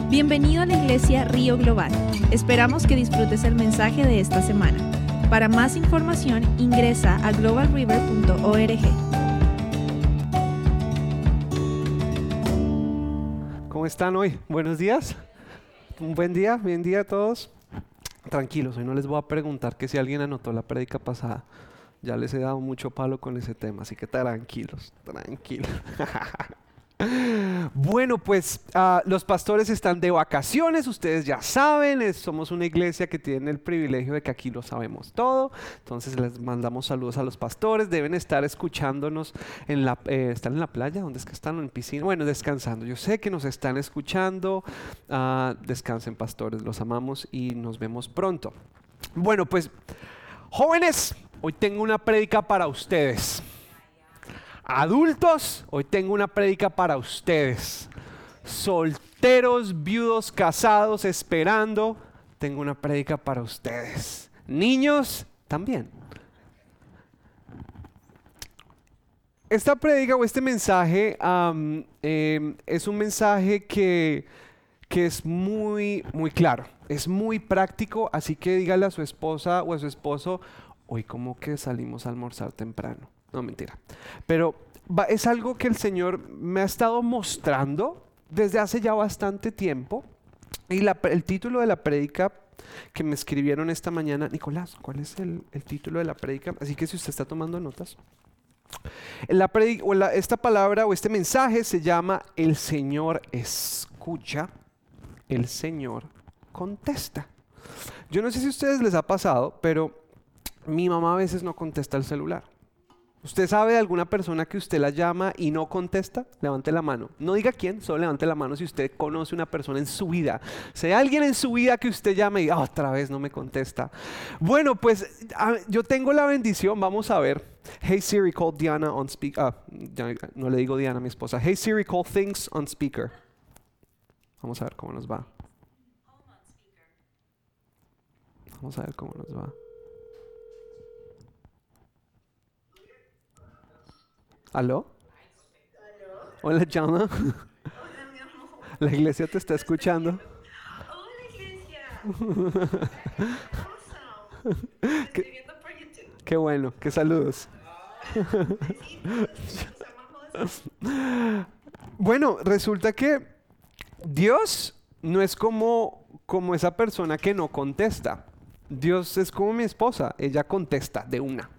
Bienvenido a la Iglesia Río Global. Esperamos que disfrutes el mensaje de esta semana. Para más información, ingresa a globalriver.org. ¿Cómo están hoy? Buenos días. Un buen día a todos. Tranquilos, hoy no les voy a preguntar que si alguien anotó la prédica pasada. Ya les he dado mucho palo con ese tema, así que tranquilos. Bueno, pues los pastores están de vacaciones, ustedes ya saben, somos una iglesia que tiene el privilegio de que aquí lo sabemos todo, entonces les mandamos saludos a los pastores, deben estar escuchándonos, ¿están en la playa? ¿Dónde es que están? ¿En piscina? Bueno, descansando, yo sé que nos están escuchando, descansen pastores, los amamos y nos vemos pronto. Bueno, pues jóvenes, hoy tengo una prédica para ustedes. Adultos, hoy tengo una prédica para ustedes. Solteros, viudos, casados, esperando, tengo una prédica para ustedes. Niños, también. Esta prédica o este mensaje es un mensaje que es muy, muy claro. Es muy práctico, así que dígale a su esposa o a su esposo, hoy como que salimos a almorzar temprano. No, mentira. Pero es algo que el Señor me ha estado mostrando desde hace ya bastante tiempo. Y el título de la prédica que me escribieron esta mañana, Nicolás, ¿cuál es el título de la prédica? Así que si usted está tomando notas. Esta palabra o este mensaje se llama El Señor escucha, el Señor contesta. Yo no sé si a ustedes les ha pasado, pero mi mamá a veces no contesta el celular. ¿Usted sabe de alguna persona que usted la llama y no contesta? Levante la mano. No diga quién, solo levante la mano si usted conoce una persona en su vida. Si hay alguien en su vida que usted llame y otra vez no me contesta. Bueno, pues yo tengo la bendición, vamos a ver. Hey Siri, call Diana on speaker. No le digo Diana a mi esposa. Hey Siri, call things on speaker. Vamos a ver cómo nos va. Vamos a ver cómo nos va. ¿Aló? Hola, Jana. Hola, mi amor. La iglesia te está escuchando. Hola, iglesia. Awesome. Estoy viendo por YouTube. Qué bueno, qué saludos. Bueno, resulta que Dios no es como esa persona que no contesta. Dios es como mi esposa, ella contesta de una.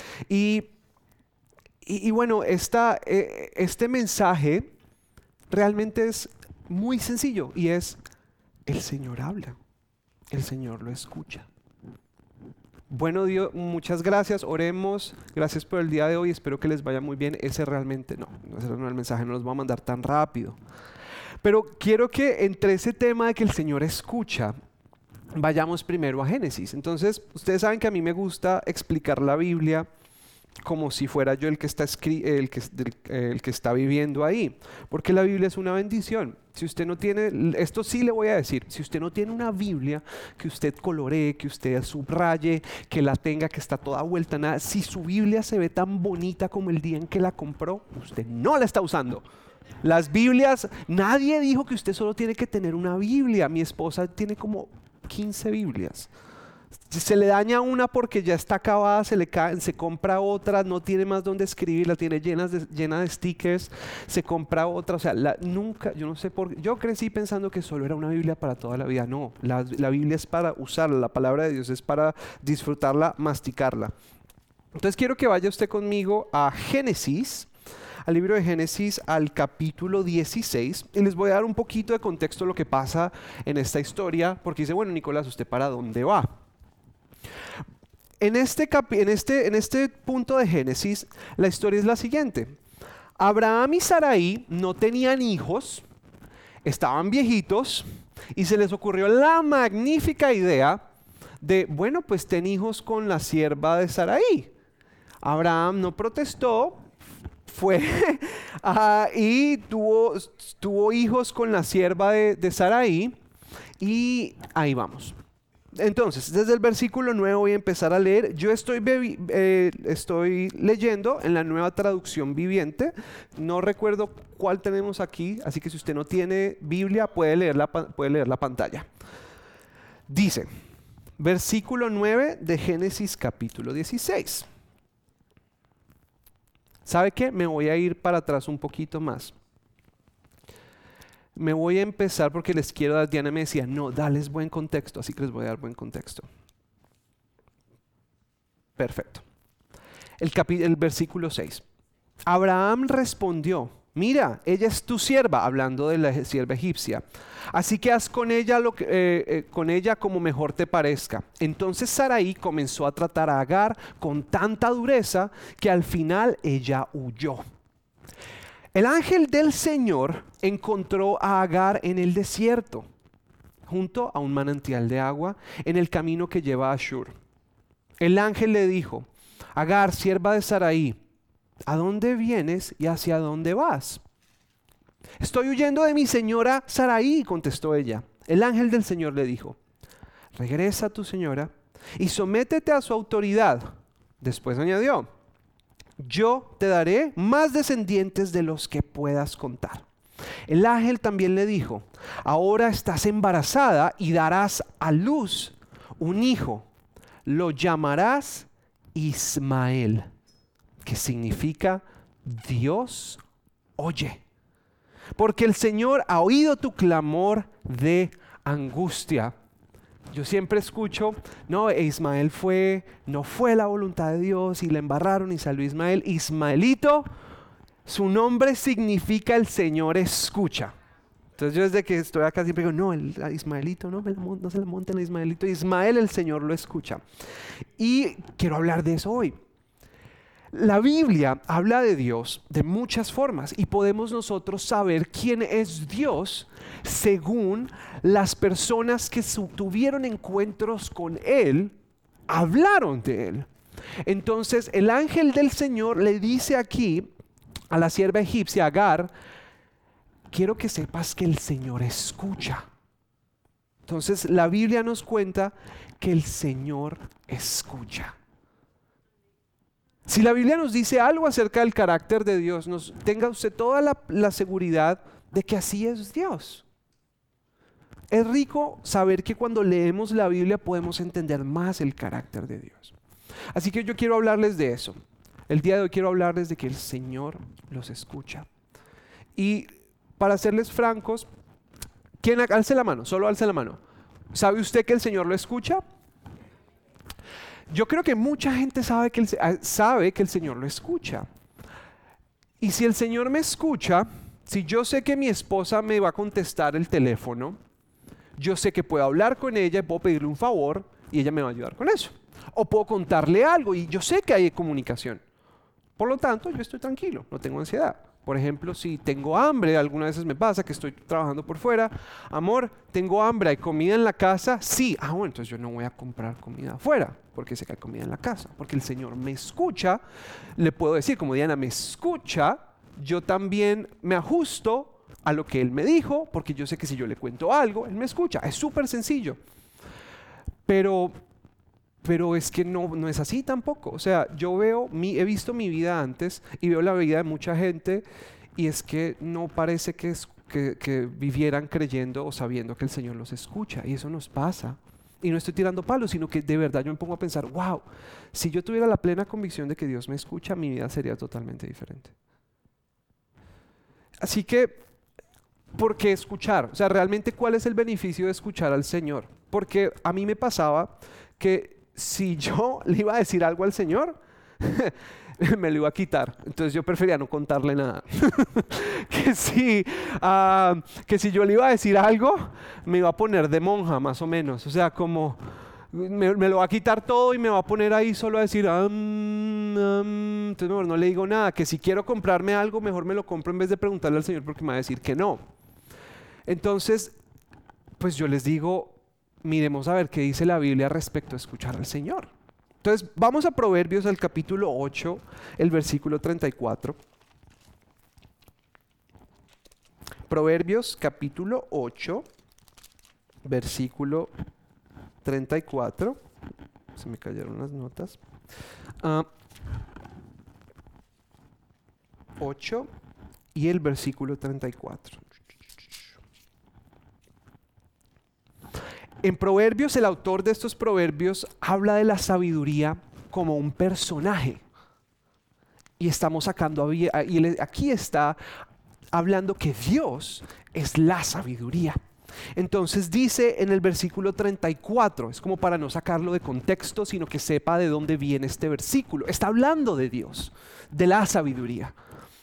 Y bueno, este mensaje realmente es muy sencillo y es, el Señor habla, el Señor lo escucha. Bueno, Dios, muchas gracias, oremos, gracias por el día de hoy, espero que les vaya muy bien. Ese no es el mensaje, no los voy a mandar tan rápido. Pero quiero que entre ese tema de que el Señor escucha, vayamos primero a Génesis. Entonces, ustedes saben que a mí me gusta explicar la Biblia como si fuera yo el que está viviendo ahí, porque la Biblia es una bendición. Si usted no tiene, esto sí le voy a decir, si usted no tiene una Biblia que usted coloree, que usted subraye, que la tenga, que está toda vuelta nada, si su Biblia se ve tan bonita como el día en que la compró, usted no la está usando. Las Biblias, nadie dijo que usted solo tiene que tener una Biblia. Mi esposa tiene como 15 Biblias. Se le daña una porque ya está acabada, se compra otra, no tiene más donde escribir, la tiene llena de stickers, se compra otra, o sea, nunca, yo no sé por qué, yo crecí pensando que solo era una Biblia para toda la vida. No, la Biblia es para usarla, la palabra de Dios es para disfrutarla, masticarla. Entonces quiero que vaya usted conmigo a Génesis, al libro de Génesis, al capítulo 16, y les voy a dar un poquito de contexto de lo que pasa en esta historia, porque dice, bueno, Nicolás, ¿usted para dónde va? En este punto de Génesis, la historia es la siguiente. Abraham y Sarai no tenían hijos, estaban viejitos, y se les ocurrió la magnífica idea de, bueno, pues ten hijos con la sierva de Sarai. Abraham no protestó, fue y tuvo hijos con la sierva de Sarai, y ahí vamos. Entonces, desde el versículo 9 voy a empezar a leer. Yo estoy leyendo en la Nueva Traducción Viviente. No recuerdo cuál tenemos aquí, así que si usted no tiene Biblia, puede leer la pantalla. Dice, versículo 9 de Génesis capítulo 16. ¿Sabe qué? Me voy a ir para atrás un poquito más. Me voy a empezar porque les quiero dar, Diana me decía, no, dales buen contexto, así que les voy a dar buen contexto. Perfecto. El versículo 6. Abraham respondió, mira, ella es tu sierva, hablando de la sierva egipcia. Así que haz con ella, con ella como mejor te parezca. Entonces Sarai comenzó a tratar a Agar con tanta dureza que al final ella huyó. El ángel del Señor encontró a Agar en el desierto, junto a un manantial de agua, en el camino que lleva a Shur. El ángel le dijo, Agar, sierva de Sarai, ¿a dónde vienes y hacia dónde vas? Estoy huyendo de mi señora Sarai, contestó ella. El ángel del Señor le dijo, regresa a tu señora y sométete a su autoridad. Después añadió, yo te daré más descendientes de los que puedas contar. El ángel también le dijo, ahora estás embarazada y darás a luz un hijo. Lo llamarás Ismael, que significa Dios oye. Porque el Señor ha oído tu clamor de angustia. Yo siempre escucho, no, Ismael no fue la voluntad de Dios y le embarraron y salió Ismael. Ismaelito, su nombre significa el Señor escucha. Entonces yo desde que estoy acá siempre digo, no, el Ismaelito, no se le monten el Ismaelito. Ismael, el Señor lo escucha. Y quiero hablar de eso hoy. La Biblia habla de Dios de muchas formas y podemos nosotros saber quién es Dios según las personas que tuvieron encuentros con Él, hablaron de Él. Entonces el ángel del Señor le dice aquí a la sierva egipcia Agar, quiero que sepas que el Señor escucha. Entonces la Biblia nos cuenta que el Señor escucha. Si la Biblia nos dice algo acerca del carácter de Dios, tenga usted toda la seguridad de que así es Dios. Es rico saber que cuando leemos la Biblia podemos entender más el carácter de Dios. Así que yo quiero hablarles de eso. El día de hoy quiero hablarles de que el Señor los escucha. Y para serles francos, ¿quién alce la mano? Solo alce la mano. ¿Sabe usted que el Señor lo escucha? Yo creo que mucha gente sabe que el Señor lo escucha. Y si el Señor me escucha, si yo sé que mi esposa me va a contestar el teléfono, yo sé que puedo hablar con ella y puedo pedirle un favor y ella me va a ayudar con eso. O puedo contarle algo y yo sé que hay comunicación. Por lo tanto, yo estoy tranquilo, no tengo ansiedad. Por ejemplo, si tengo hambre, algunas veces me pasa que estoy trabajando por fuera. Amor, tengo hambre, ¿hay comida en la casa? Sí. Bueno, entonces yo no voy a comprar comida afuera, porque sé que hay comida en la casa. Porque el Señor me escucha, le puedo decir, como Diana me escucha, yo también me ajusto a lo que Él me dijo, porque yo sé que si yo le cuento algo, Él me escucha. Es súper sencillo. Pero es que no es así tampoco. O sea, he visto mi vida antes y veo la vida de mucha gente y es que no parece que vivieran creyendo o sabiendo que el Señor los escucha, y eso nos pasa. Y no estoy tirando palos, sino que de verdad yo me pongo a pensar, wow, si yo tuviera la plena convicción de que Dios me escucha, mi vida sería totalmente diferente. Así que, ¿por qué escuchar? O sea, realmente, ¿cuál es el beneficio de escuchar al Señor? Porque a mí me pasaba que si yo le iba a decir algo al Señor, me lo iba a quitar. Entonces yo prefería no contarle nada. que si yo le iba a decir algo, me iba a poner de monja, más o menos. O sea, como me lo va a quitar todo y me va a poner ahí solo a decir, entonces no le digo nada. Que si quiero comprarme algo, mejor me lo compro en vez de preguntarle al Señor porque me va a decir que no. Entonces, pues yo les digo, miremos a ver qué dice la Biblia respecto a escuchar al Señor. Entonces, vamos a Proverbios, al capítulo 8, el versículo 34. Proverbios, capítulo 8, versículo 34. Se me cayeron las notas. 8 y el versículo 34. En Proverbios, el autor de estos proverbios habla de la sabiduría como un personaje. Y estamos sacando, y aquí está hablando que Dios es la sabiduría. Entonces dice en el versículo 34, es como para no sacarlo de contexto, sino que sepa de dónde viene este versículo. Está hablando de Dios, de la sabiduría.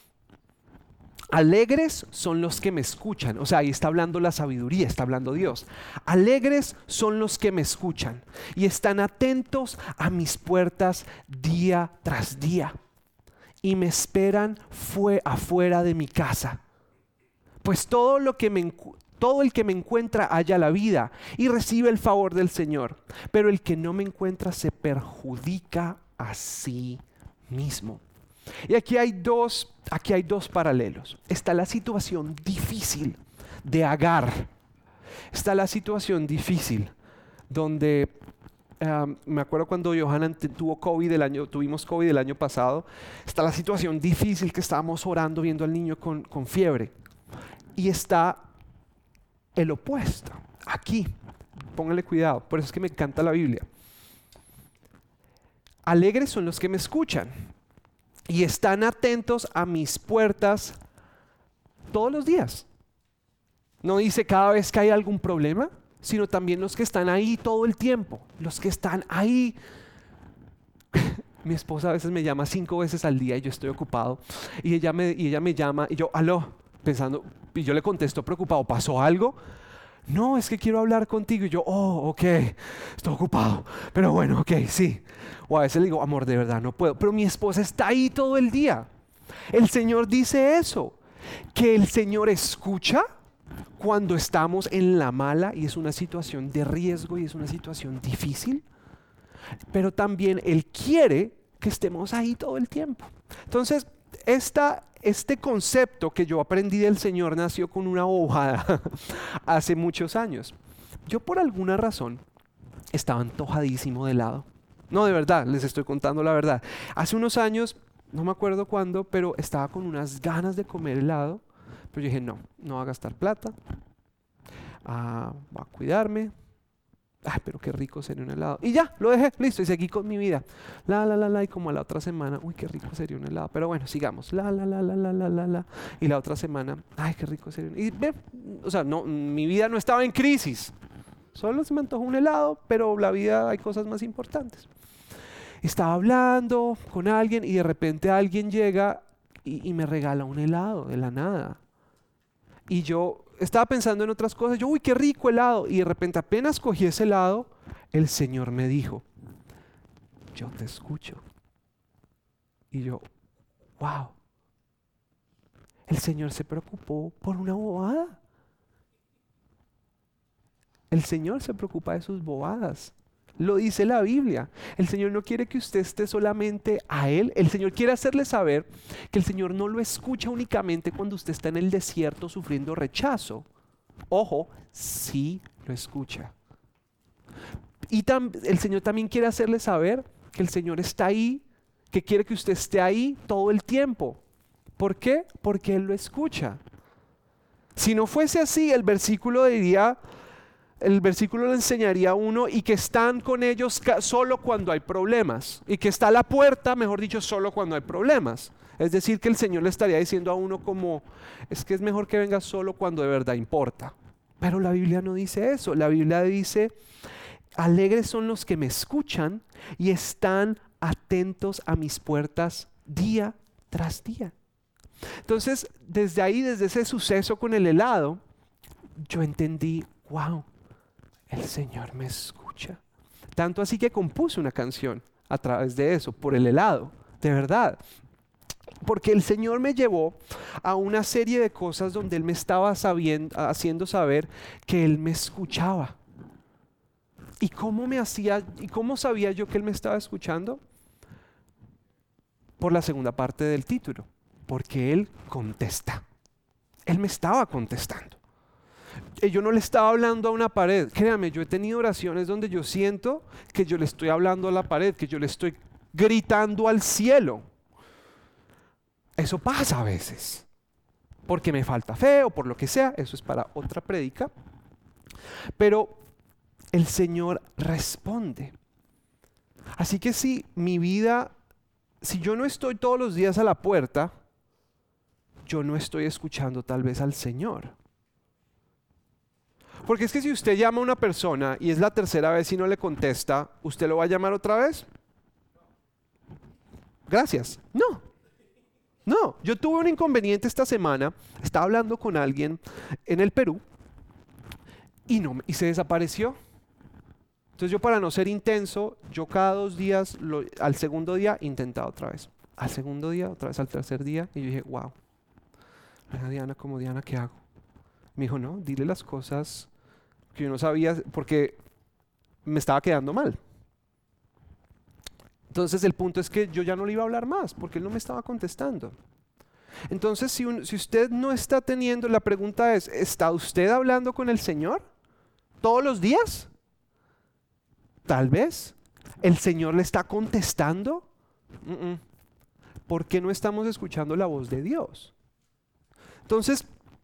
Alegres son los que me escuchan. O sea, ahí está hablando la sabiduría, está hablando Dios. Alegres son los que me escuchan y están atentos a mis puertas día tras día y me esperan afuera de mi casa. Pues todo el que me encuentra halla la vida y recibe el favor del Señor. Pero el que no me encuentra se perjudica a sí mismo. Y aquí hay dos paralelos. Está la situación difícil de Agar. Está la situación difícil donde me acuerdo cuando Johanan tuvimos COVID el año pasado. Está la situación difícil que estábamos orando viendo al niño con fiebre. Y está el opuesto. Aquí, póngale cuidado, por eso es que me encanta la Biblia. Alegres son los que me escuchan y están atentos a mis puertas todos los días. No dice cada vez que hay algún problema, sino también los que están ahí todo el tiempo. Los que están ahí. Mi esposa a veces me llama 5 veces al día y yo estoy ocupado. Y ella me llama y yo, aló, pensando, y yo le contesto preocupado, ¿pasó algo? No, es que quiero hablar contigo. Y yo, ok, estoy ocupado. Pero bueno, ok, sí. O a veces le digo, amor, de verdad no puedo. Pero mi esposa está ahí todo el día. El Señor dice eso, que el Señor escucha cuando estamos en la mala y es una situación de riesgo y es una situación difícil. Pero también Él quiere que estemos ahí todo el tiempo. Entonces, este concepto que yo aprendí del Señor nació con una bobada hace muchos años. Yo por alguna razón estaba antojadísimo de helado. No, de verdad, les estoy contando la verdad. Hace unos años, no me acuerdo cuándo, pero estaba con unas ganas de comer helado. Pero yo dije, no voy a gastar plata. Voy a cuidarme. Ay, pero qué rico sería un helado. Y ya, lo dejé, listo, y seguí con mi vida. Y como a la otra semana, uy, qué rico sería un helado. Pero bueno, sigamos. Y la otra semana, ay, qué rico sería. Y o sea, no, mi vida no estaba en crisis. Solo se me antojó un helado, pero la vida hay cosas más importantes. Estaba hablando con alguien y de repente alguien llega y me regala un helado de la nada. Y yo estaba pensando en otras cosas. Yo, uy, qué rico helado. Y de repente apenas cogí ese helado, el Señor me dijo, yo te escucho. Y yo, wow. El Señor se preocupó por una bobada. El Señor se preocupa de sus bobadas. Lo dice la Biblia. El Señor no quiere que usted esté solamente a Él. El Señor quiere hacerle saber que el Señor no lo escucha únicamente cuando usted está en el desierto sufriendo rechazo. Ojo, sí lo escucha. Y el Señor también quiere hacerle saber que el Señor está ahí, que quiere que usted esté ahí todo el tiempo. ¿Por qué? Porque Él lo escucha. Si no fuese así, el versículo le enseñaría a uno y que están con ellos solo cuando hay problemas y que está a la puerta, mejor dicho, solo cuando hay problemas. Es decir, que el Señor le estaría diciendo a uno como, es que es mejor que venga solo cuando de verdad importa. Pero la Biblia no dice eso. La Biblia dice, alegres son los que me escuchan y están atentos a mis puertas día tras día. Entonces, desde ese suceso con el helado, yo entendí, wow, el Señor me escucha. Tanto así que compuse una canción a través de eso, por el helado, de verdad. Porque el Señor me llevó a una serie de cosas donde Él me estaba haciendo saber que Él me escuchaba. ¿Y cómo sabía yo que Él me estaba escuchando? Por la segunda parte del título. Porque Él contesta. Él me estaba contestando. yo no le estaba hablando a una pared. Créame, yo he tenido oraciones donde yo siento que yo le estoy hablando a la pared, que yo le estoy gritando al cielo. Eso pasa a veces, porque me falta fe o por lo que sea. Eso es para otra prédica. Pero el Señor responde. Así que si mi vida, si yo no estoy todos los días a la puerta, yo no estoy escuchando tal vez al Señor. Porque es que si usted llama a una persona y es la tercera vez y no le contesta, ¿usted lo va a llamar otra vez? Gracias. No, yo tuve un inconveniente esta semana. Estaba hablando con alguien en el Perú y se desapareció. Entonces yo, para no ser intenso, yo cada 2 días, al segundo día intentaba otra vez. Al segundo día, otra vez al tercer día. Y yo dije, wow. Diana, ¿qué hago? Me dijo, no, dile las cosas que yo no sabía porque me estaba quedando mal. Entonces el punto es que yo ya no le iba a hablar más porque él no me estaba contestando. Entonces si usted no está teniendo, la pregunta es, ¿está usted hablando con el Señor todos los días? Tal vez. ¿El Señor le está contestando? ¿Por qué no estamos escuchando la voz de Dios? Entonces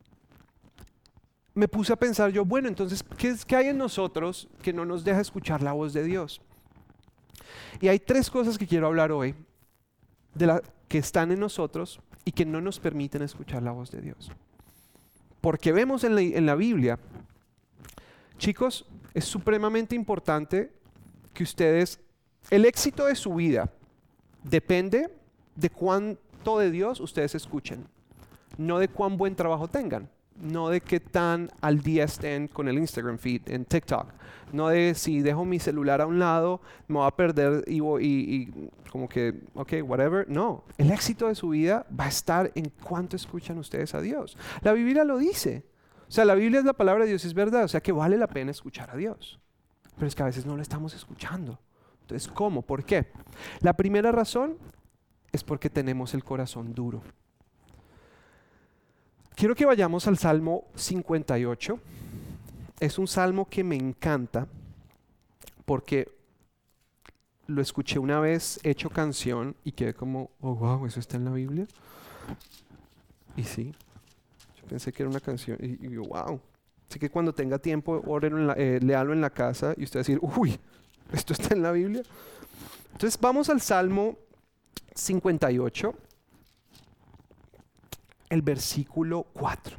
me puse a pensar yo, bueno, entonces, ¿qué hay en nosotros que no nos deja escuchar la voz de Dios? Y hay 3 cosas que quiero hablar hoy, que están en nosotros y que no nos permiten escuchar la voz de Dios. Porque vemos en la Biblia, chicos, es supremamente importante que ustedes, el éxito de su vida depende de cuánto de Dios ustedes escuchen, no de cuán buen trabajo tengan. No de qué tan al día estén con el Instagram feed, en TikTok. No de si dejo mi celular a un lado, me voy a perder y como que, ok, whatever. No, el éxito de su vida va a estar en cuánto escuchan ustedes a Dios. La Biblia lo dice. O sea, la Biblia es la palabra de Dios, es verdad. O sea, que vale la pena escuchar a Dios. Pero es que a veces no lo estamos escuchando. Entonces, ¿cómo? ¿Por qué? La primera razón es porque tenemos el corazón duro. Quiero que vayamos al Salmo 58. Es un salmo que me encanta porque lo escuché una vez hecho canción y quedé como, oh wow, ¿eso está en la Biblia? Y sí, yo pensé que era una canción y yo, wow. Así que cuando tenga tiempo, léalo en la casa y usted va a decir, uy, ¿esto está en la Biblia? Entonces vamos al Salmo 58. El versículo 4.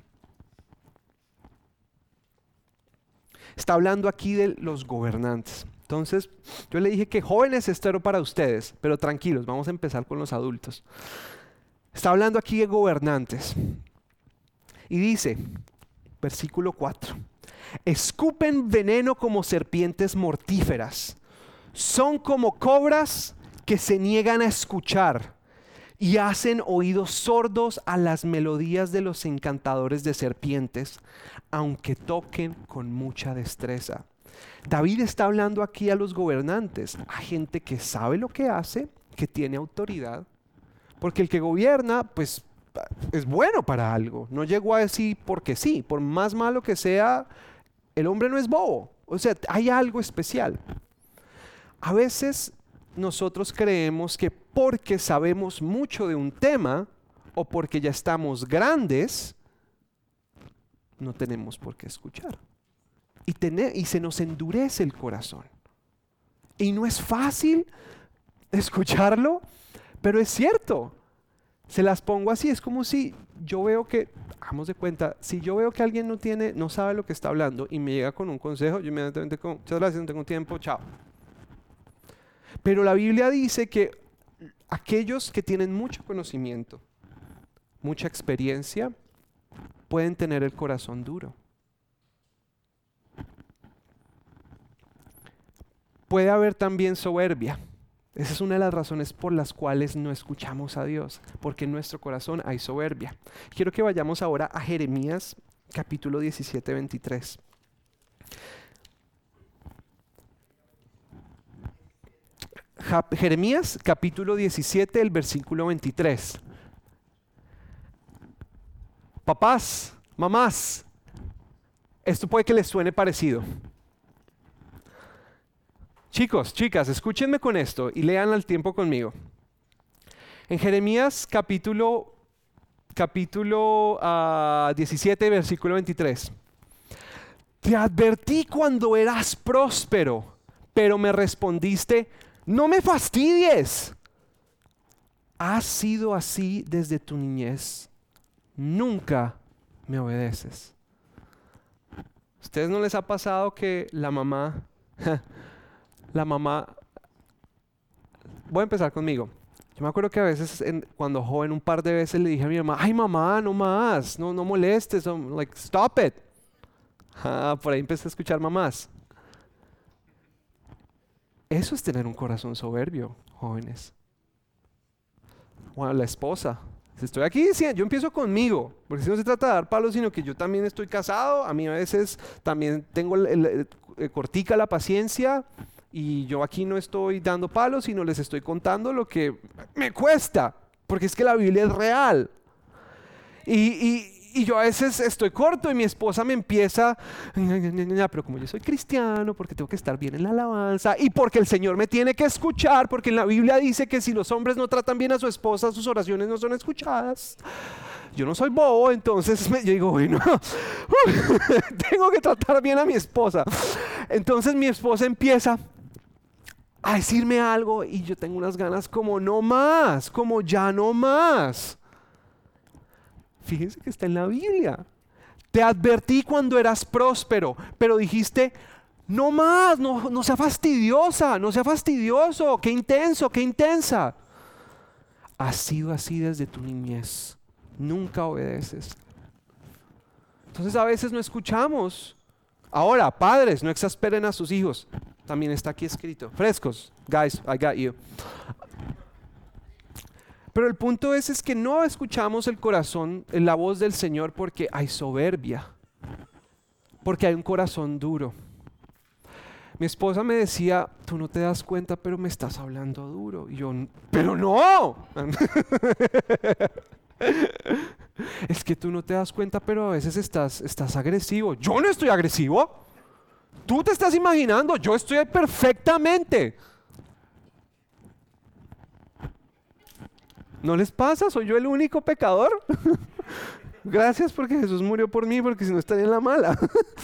Está hablando aquí de los gobernantes. Entonces, yo le dije que jóvenes esto era para ustedes, pero tranquilos, vamos a empezar con los adultos. Está hablando aquí de gobernantes. Y dice, versículo 4, escupen veneno como serpientes mortíferas, son como cobras que se niegan a escuchar y hacen oídos sordos a las melodías de los encantadores de serpientes, aunque toquen con mucha destreza. David está hablando aquí a los gobernantes, a gente que sabe lo que hace, que tiene autoridad, porque el que gobierna, pues, es bueno para algo. No llegó a decir porque sí, por más malo que sea, el hombre no es bobo. O sea, hay algo especial. A veces nosotros creemos que porque sabemos mucho de un tema o porque ya estamos grandes, no tenemos por qué escuchar. Y se nos endurece el corazón. Y no es fácil escucharlo, pero es cierto. Se las pongo así, es como si yo veo que, hagamos de cuenta, si yo veo que alguien no sabe lo que está hablando y me llega con un consejo, yo inmediatamente como, muchas gracias, no tengo tiempo, chao. Pero la Biblia dice que aquellos que tienen mucho conocimiento, mucha experiencia, pueden tener el corazón duro. Puede haber también soberbia. Esa es una de las razones por las cuales no escuchamos a Dios, porque en nuestro corazón hay soberbia. Quiero que vayamos ahora a Jeremías capítulo 17, 23. Jeremías capítulo 17, el versículo 23. Papás, mamás, Esto puede que les suene parecido. Chicos, chicas, escúchenme con esto y lean al tiempo conmigo. En Jeremías capítulo 17, versículo 23. Te advertí cuando eras próspero, pero me respondiste, no me fastidies. Has sido así desde tu niñez. Nunca me obedeces. ¿Ustedes no les ha pasado que la mamá, voy a empezar conmigo. Yo me acuerdo que a veces cuando joven un par de veces le dije a mi mamá, ay mamá, no más, no molestes, like, stop it. Por ahí empecé a escuchar mamás. Eso es tener un corazón soberbio, jóvenes. Bueno, la esposa. Estoy aquí diciendo, yo empiezo conmigo, porque si no se trata de dar palos, sino que yo también estoy casado, a mí a veces también tengo cortica la paciencia y yo aquí no estoy dando palos, sino les estoy contando lo que me cuesta, porque es que la Biblia es real. Y yo a veces estoy corto y mi esposa me empieza, pero como yo soy cristiano, porque tengo que estar bien en la alabanza y porque el Señor me tiene que escuchar, porque en la Biblia dice que si los hombres no tratan bien a su esposa, sus oraciones no son escuchadas. Yo no soy bobo, entonces yo digo, bueno, tengo que tratar bien a mi esposa. Entonces mi esposa empieza a decirme algo y yo tengo unas ganas como no más, como ya no más. Fíjense que está en la Biblia. Te advertí cuando eras próspero, pero dijiste, no más, no sea fastidiosa, no sea fastidioso, qué intenso, qué intensa. Has sido así desde tu niñez, nunca obedeces. Entonces a veces no escuchamos. Ahora, padres, no exasperen a sus hijos. También está aquí escrito. Frescos, guys, I got you. Pero el punto es que no escuchamos el corazón, la voz del Señor porque hay soberbia, porque hay un corazón duro. Mi esposa me decía, tú no te das cuenta, pero me estás hablando duro. Y yo, pero no. Es que tú no te das cuenta, pero a veces estás agresivo. Yo no estoy agresivo. Tú te estás imaginando, yo estoy perfectamente. ¿No les pasa? ¿Soy yo el único pecador? Gracias porque Jesús murió por mí, porque si no estaría en la mala.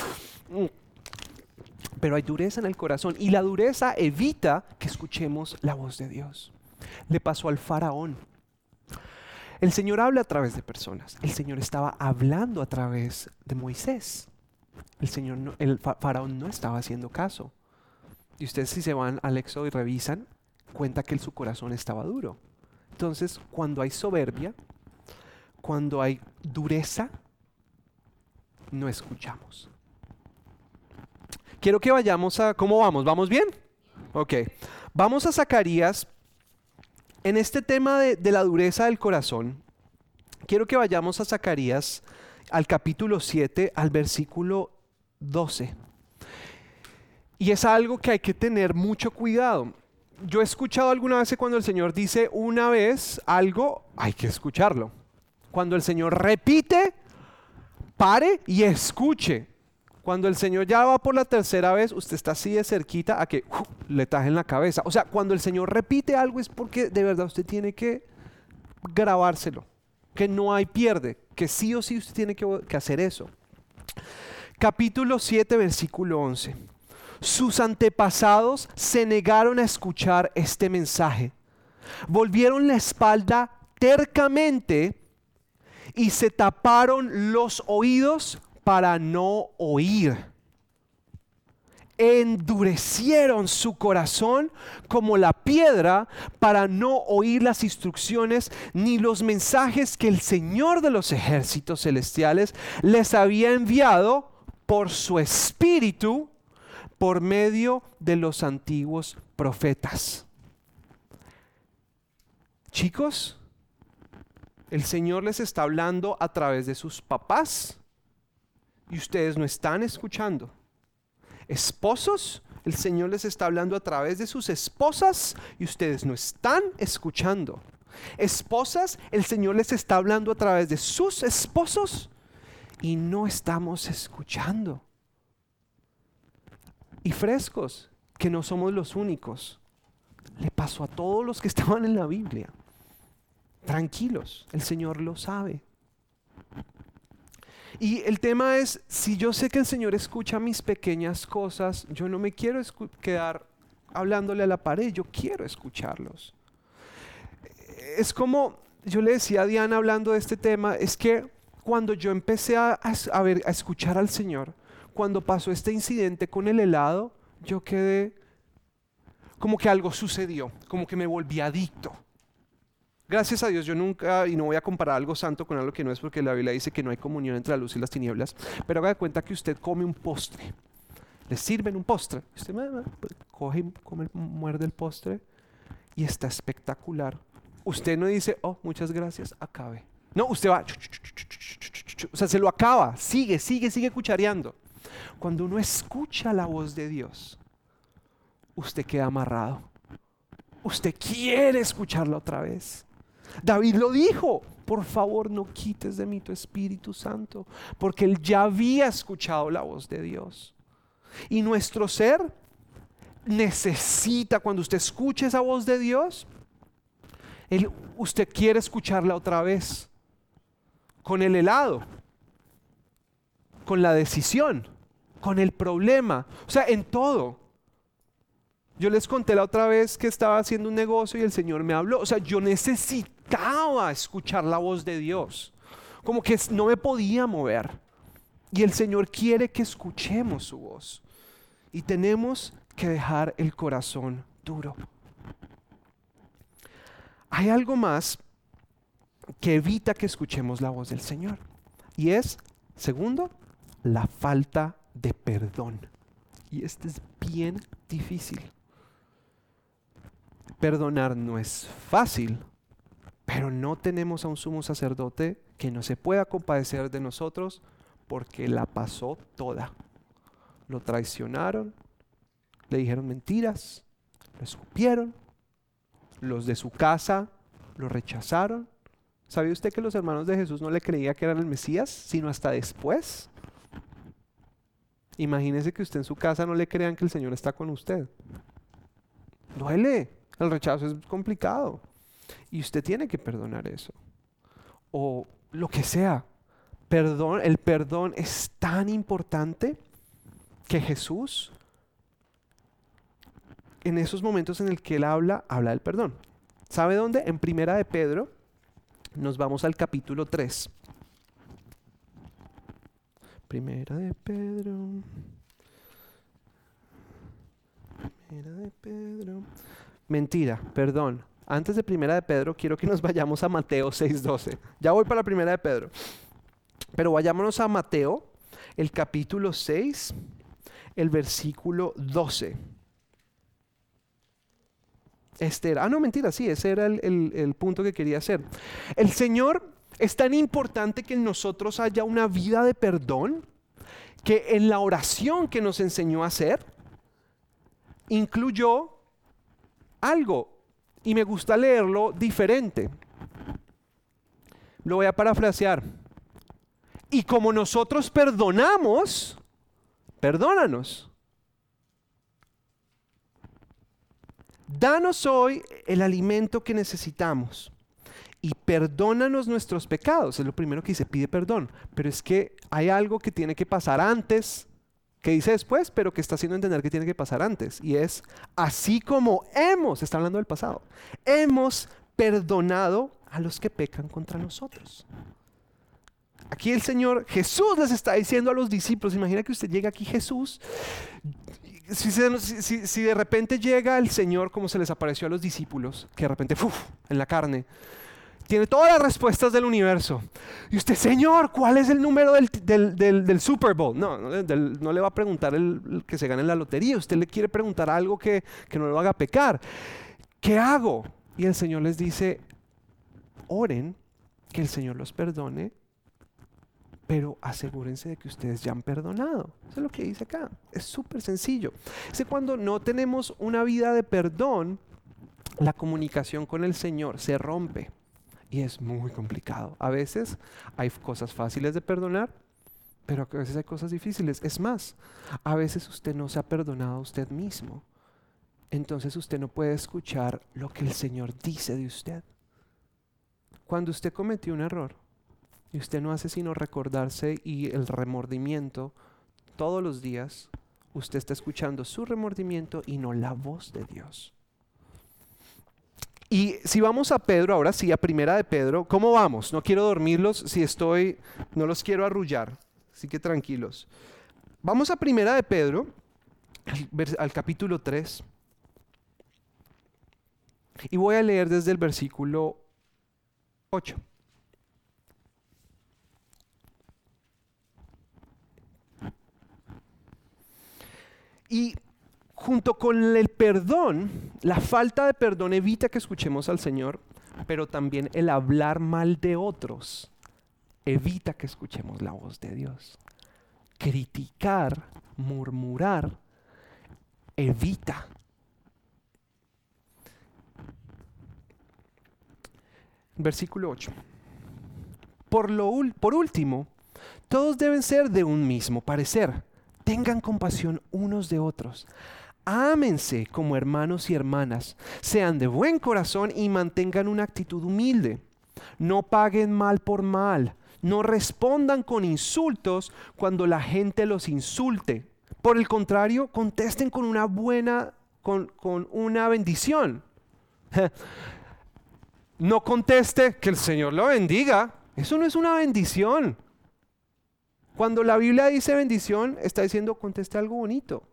Pero hay dureza en el corazón y la dureza evita que escuchemos la voz de Dios. Le pasó al faraón. El Señor habla a través de personas. El Señor estaba hablando a través de Moisés. El faraón no estaba haciendo caso. Y ustedes si se van al Éxodo y revisan, cuenta que su corazón estaba duro. Entonces, cuando hay soberbia, cuando hay dureza, no escuchamos. Quiero que vayamos a... ¿Cómo vamos? ¿Vamos bien? Ok. Vamos a Zacarías. En este tema de la dureza del corazón, quiero que vayamos a Zacarías, al capítulo 7, al versículo 12. Y es algo que hay que tener mucho cuidado. Yo he escuchado alguna vez que cuando el Señor dice una vez algo, hay que escucharlo. Cuando el Señor repite, pare y escuche. Cuando el Señor ya va por la tercera vez, usted está así de cerquita a que le tajen la cabeza. O sea, cuando el Señor repite algo es porque de verdad usted tiene que grabárselo. Que no hay pierde, que sí o sí usted tiene que hacer eso. Capítulo 7, versículo 11. Sus antepasados se negaron a escuchar este mensaje. Volvieron la espalda tercamente y se taparon los oídos para no oír. Endurecieron su corazón como la piedra para no oír las instrucciones ni los mensajes que el Señor de los ejércitos celestiales les había enviado por su espíritu por medio de los antiguos profetas. Chicos, el Señor les está hablando a través de sus papás y ustedes no están escuchando. Esposos, el Señor les está hablando a través de sus esposas y ustedes no están escuchando. Esposas, el Señor les está hablando a través de sus esposos y no estamos escuchando. y frescos, que no somos los únicos. Le pasó a todos los que estaban en la Biblia. Tranquilos, el Señor lo sabe. Y el tema es, si yo sé que el Señor escucha mis pequeñas cosas, yo no me quiero quedar hablándole a la pared, yo quiero escucharlos. Es como, yo le decía a Diana hablando de este tema, es que cuando yo empecé a escuchar al Señor, cuando pasó este incidente con el helado, yo quedé como que algo sucedió, como que me volví adicto. Gracias a Dios yo nunca, y no voy a comparar algo santo con algo que no es, porque la Biblia dice que no hay comunión entre la luz y las tinieblas, pero haga de cuenta que usted come un postre, le sirven un postre, usted coge, come, muerde el postre y está espectacular. Usted no dice, oh, muchas gracias, acabe. No, usted va, o sea, se lo acaba, sigue cuchareando. Cuando uno escucha la voz de Dios, usted queda amarrado. Usted quiere escucharla otra vez. David lo dijo, por favor no quites de mí tu Espíritu Santo, porque él ya había escuchado la voz de Dios. Y nuestro ser necesita, cuando usted escuche esa voz de Dios, usted quiere escucharla otra vez. Con el helado, con la decisión, con el problema, o sea, en todo. Yo les conté la otra vez que estaba haciendo un negocio y el Señor me habló. O sea, yo necesitaba escuchar la voz de Dios. Como que no me podía mover. Y el Señor quiere que escuchemos su voz. Y tenemos que dejar el corazón duro. Hay algo más que evita que escuchemos la voz del Señor. Y es, segundo, la falta de perdón. Y este es bien difícil. Perdonar no es fácil, pero no tenemos a un sumo sacerdote que no se pueda compadecer de nosotros porque la pasó toda. Lo traicionaron, le dijeron mentiras, lo escupieron, los de su casa lo rechazaron. ¿Sabía usted que los hermanos de Jesús no le creían que eran el Mesías, sino hasta después? Imagínese que usted en su casa no le crean que el Señor está con usted. Duele. El rechazo es complicado y usted tiene que perdonar eso o lo que sea. El perdón es tan importante que Jesús, en esos momentos en el que él habla del perdón. ¿Sabe dónde? En Primera de Pedro. Nos vamos al capítulo 3. Primera de Pedro. Mentira, perdón. Antes de Primera de Pedro, quiero que nos vayamos a Mateo 6:12. Ya voy para la Primera de Pedro. Pero vayámonos a Mateo, el capítulo 6, el versículo 12. No, mentira, sí, ese era el punto que quería hacer. El Señor es tan importante que en nosotros haya una vida de perdón, que en la oración que nos enseñó a hacer, incluyó algo, y me gusta leerlo diferente. Lo voy a parafrasear. Y como nosotros perdonamos, perdónanos. Danos hoy el alimento que necesitamos y perdónanos nuestros pecados. Es lo primero que dice, pide perdón. Pero es que hay algo que tiene que pasar antes, que dice después, pero que está haciendo entender que tiene que pasar antes. Y es, así como está hablando del pasado, hemos perdonado a los que pecan contra nosotros. Aquí el Señor Jesús les está diciendo a los discípulos, imagina que usted llega aquí Jesús, si de repente llega el Señor como se les apareció a los discípulos, que de repente, en la carne, tiene todas las respuestas del universo. Y usted, Señor, ¿cuál es el número del Super Bowl? No le va a preguntar el que se gane en la lotería. Usted le quiere preguntar algo que no lo haga pecar. ¿Qué hago? Y el Señor les dice, oren, que el Señor los perdone, pero asegúrense de que ustedes ya han perdonado. Eso es lo que dice acá. Es súper sencillo. Cuando no tenemos una vida de perdón, la comunicación con el Señor se rompe. Y es muy complicado. A veces hay cosas fáciles de perdonar pero a veces hay cosas difíciles. Es más, a veces usted no se ha perdonado a usted mismo. Entonces usted no puede escuchar lo que el Señor dice de usted. Cuando usted cometió un error y usted no hace sino recordarse y el remordimiento todos los días, usted está escuchando su remordimiento y no la voz de Dios. Y si vamos a Pedro, ahora sí, a Primera de Pedro, ¿cómo vamos? No quiero dormirlos no los quiero arrullar, así que tranquilos. Vamos a Primera de Pedro, al capítulo 3. Y voy a leer desde el versículo 8. Y junto con el perdón, la falta de perdón evita que escuchemos al Señor, pero también el hablar mal de otros evita que escuchemos la voz de Dios. Criticar, murmurar, evita. Versículo 8. Por último, todos deben ser de un mismo parecer. Tengan compasión unos de otros. Ámense como hermanos y hermanas. Sean de buen corazón y mantengan una actitud humilde. No paguen mal por mal. No respondan con insultos cuando la gente los insulte. Por el contrario, contesten con una bendición. No conteste que el Señor lo bendiga. Eso no es una bendición. Cuando la Biblia dice bendición, está diciendo conteste algo bonito.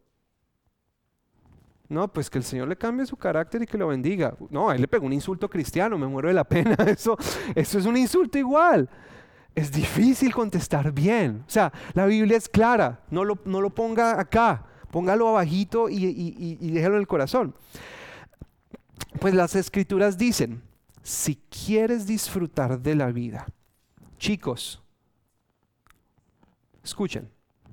No, pues que el Señor le cambie su carácter y que lo bendiga. No, a él le pegó un insulto cristiano, me muero de la pena. Eso es un insulto igual. Es difícil contestar bien. O sea, la Biblia es clara. No lo ponga acá. Póngalo abajito y déjalo en el corazón. Pues las Escrituras dicen, si quieres disfrutar de la vida, chicos, escuchen,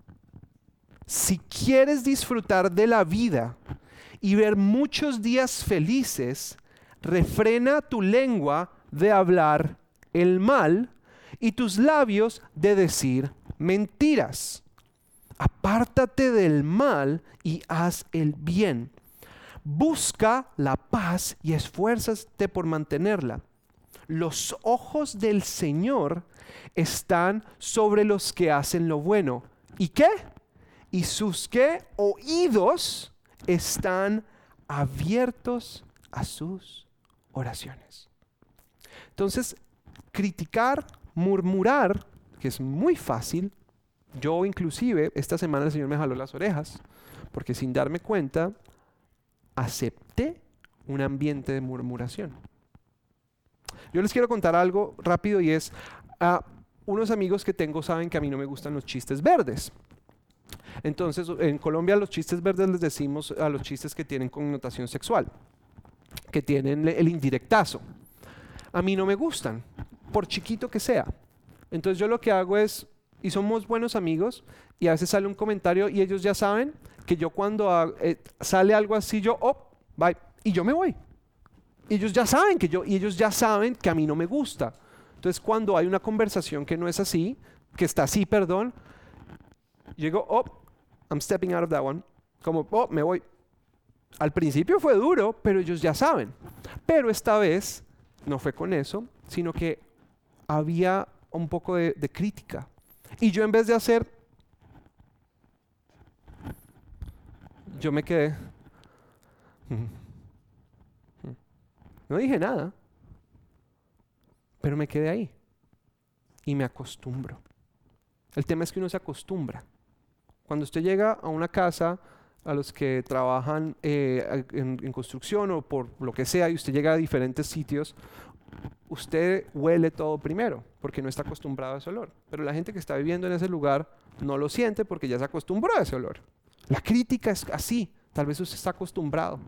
si quieres disfrutar de la vida y ver muchos días felices, refrena tu lengua de hablar el mal y tus labios de decir mentiras. Apártate del mal y haz el bien. Busca la paz y esfuérzate por mantenerla. Los ojos del Señor están sobre los que hacen lo bueno. ¿Y qué? Y sus ¿qué? Oídos están abiertos a sus oraciones. Entonces, criticar, murmurar, que es muy fácil. Yo inclusive, esta semana el Señor me jaló las orejas, porque sin darme cuenta, acepté un ambiente de murmuración. Yo les quiero contar algo rápido y es, unos amigos que tengo saben que a mí no me gustan los chistes verdes. Entonces, en Colombia los chistes verdes les decimos a los chistes que tienen connotación sexual, que tienen el indirectazo. A mí no me gustan, por chiquito que sea. Entonces yo lo que hago es, y somos buenos amigos, y a veces sale un comentario y ellos ya saben que yo cuando sale algo así, yo, bye, y yo me voy. Ellos ya saben y ellos ya saben que a mí no me gusta. Entonces cuando hay una conversación que no es así, que está así, perdón, llego, I'm stepping out of that one, como, me voy. Al principio fue duro, pero ellos ya saben. Pero esta vez no fue con eso, sino que había un poco de crítica. Y yo en vez de hacer, yo me quedé. No dije nada, pero me quedé ahí y me acostumbro. El tema es que uno se acostumbra. Cuando usted llega a una casa, a los que trabajan en construcción o por lo que sea, y usted llega a diferentes sitios, usted huele todo primero, porque no está acostumbrado a ese olor. Pero la gente que está viviendo en ese lugar no lo siente porque ya se acostumbró a ese olor. La crítica es así, tal vez usted está acostumbrado.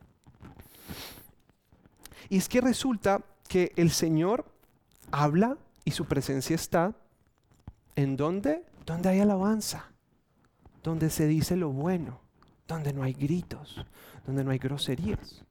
Y es que resulta que el Señor habla y su presencia está ¿en dónde? Donde hay alabanza, donde se dice lo bueno, donde no hay gritos, donde no hay groserías.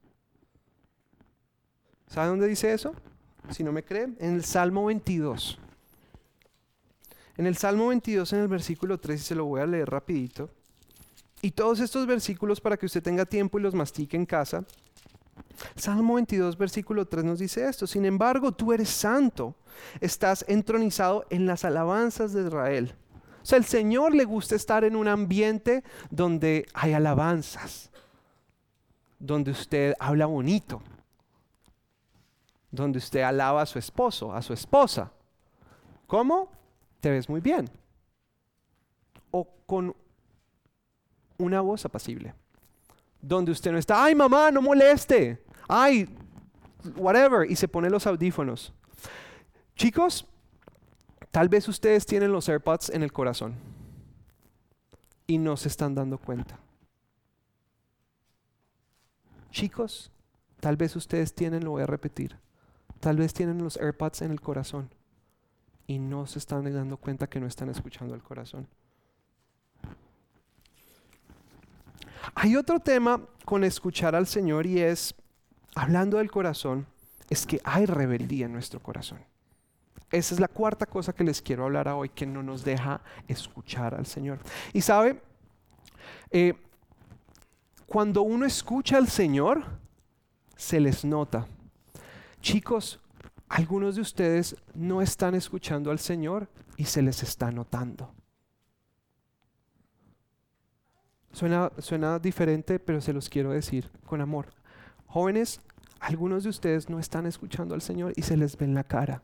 ¿Sabe dónde dice eso? Si no me creen, en el Salmo 22. En el Salmo 22, en el versículo 3, y se lo voy a leer rapidito. Y todos estos versículos para que usted tenga tiempo y los mastique en casa. Salmo 22, versículo 3 nos dice esto: sin embargo, tú eres santo, estás entronizado en las alabanzas de Israel. O sea, al Señor le gusta estar en un ambiente donde hay alabanzas, donde usted habla bonito, donde usted alaba a su esposo, a su esposa. ¿Cómo? Te ves muy bien. O con una voz apacible, donde usted no está, ay mamá, no moleste, ay, whatever, y se pone los audífonos. Chicos, tal vez ustedes tienen los AirPods en el corazón y no se están dando cuenta. Chicos, tal vez ustedes tienen, lo voy a repetir, tal vez tienen los AirPods en el corazón y no se están dando cuenta que no están escuchando el corazón. Hay otro tema con escuchar al Señor y es, hablando del corazón, es que hay rebeldía en nuestro corazón. Esa es la cuarta cosa que les quiero hablar hoy, que no nos deja escuchar al Señor. Y sabe, cuando uno escucha al Señor, se les nota. Chicos, algunos de ustedes no están escuchando al Señor y se les está notando. Suena diferente, pero se los quiero decir con amor. Jóvenes, algunos de ustedes no están escuchando al Señor y se les ve en la cara.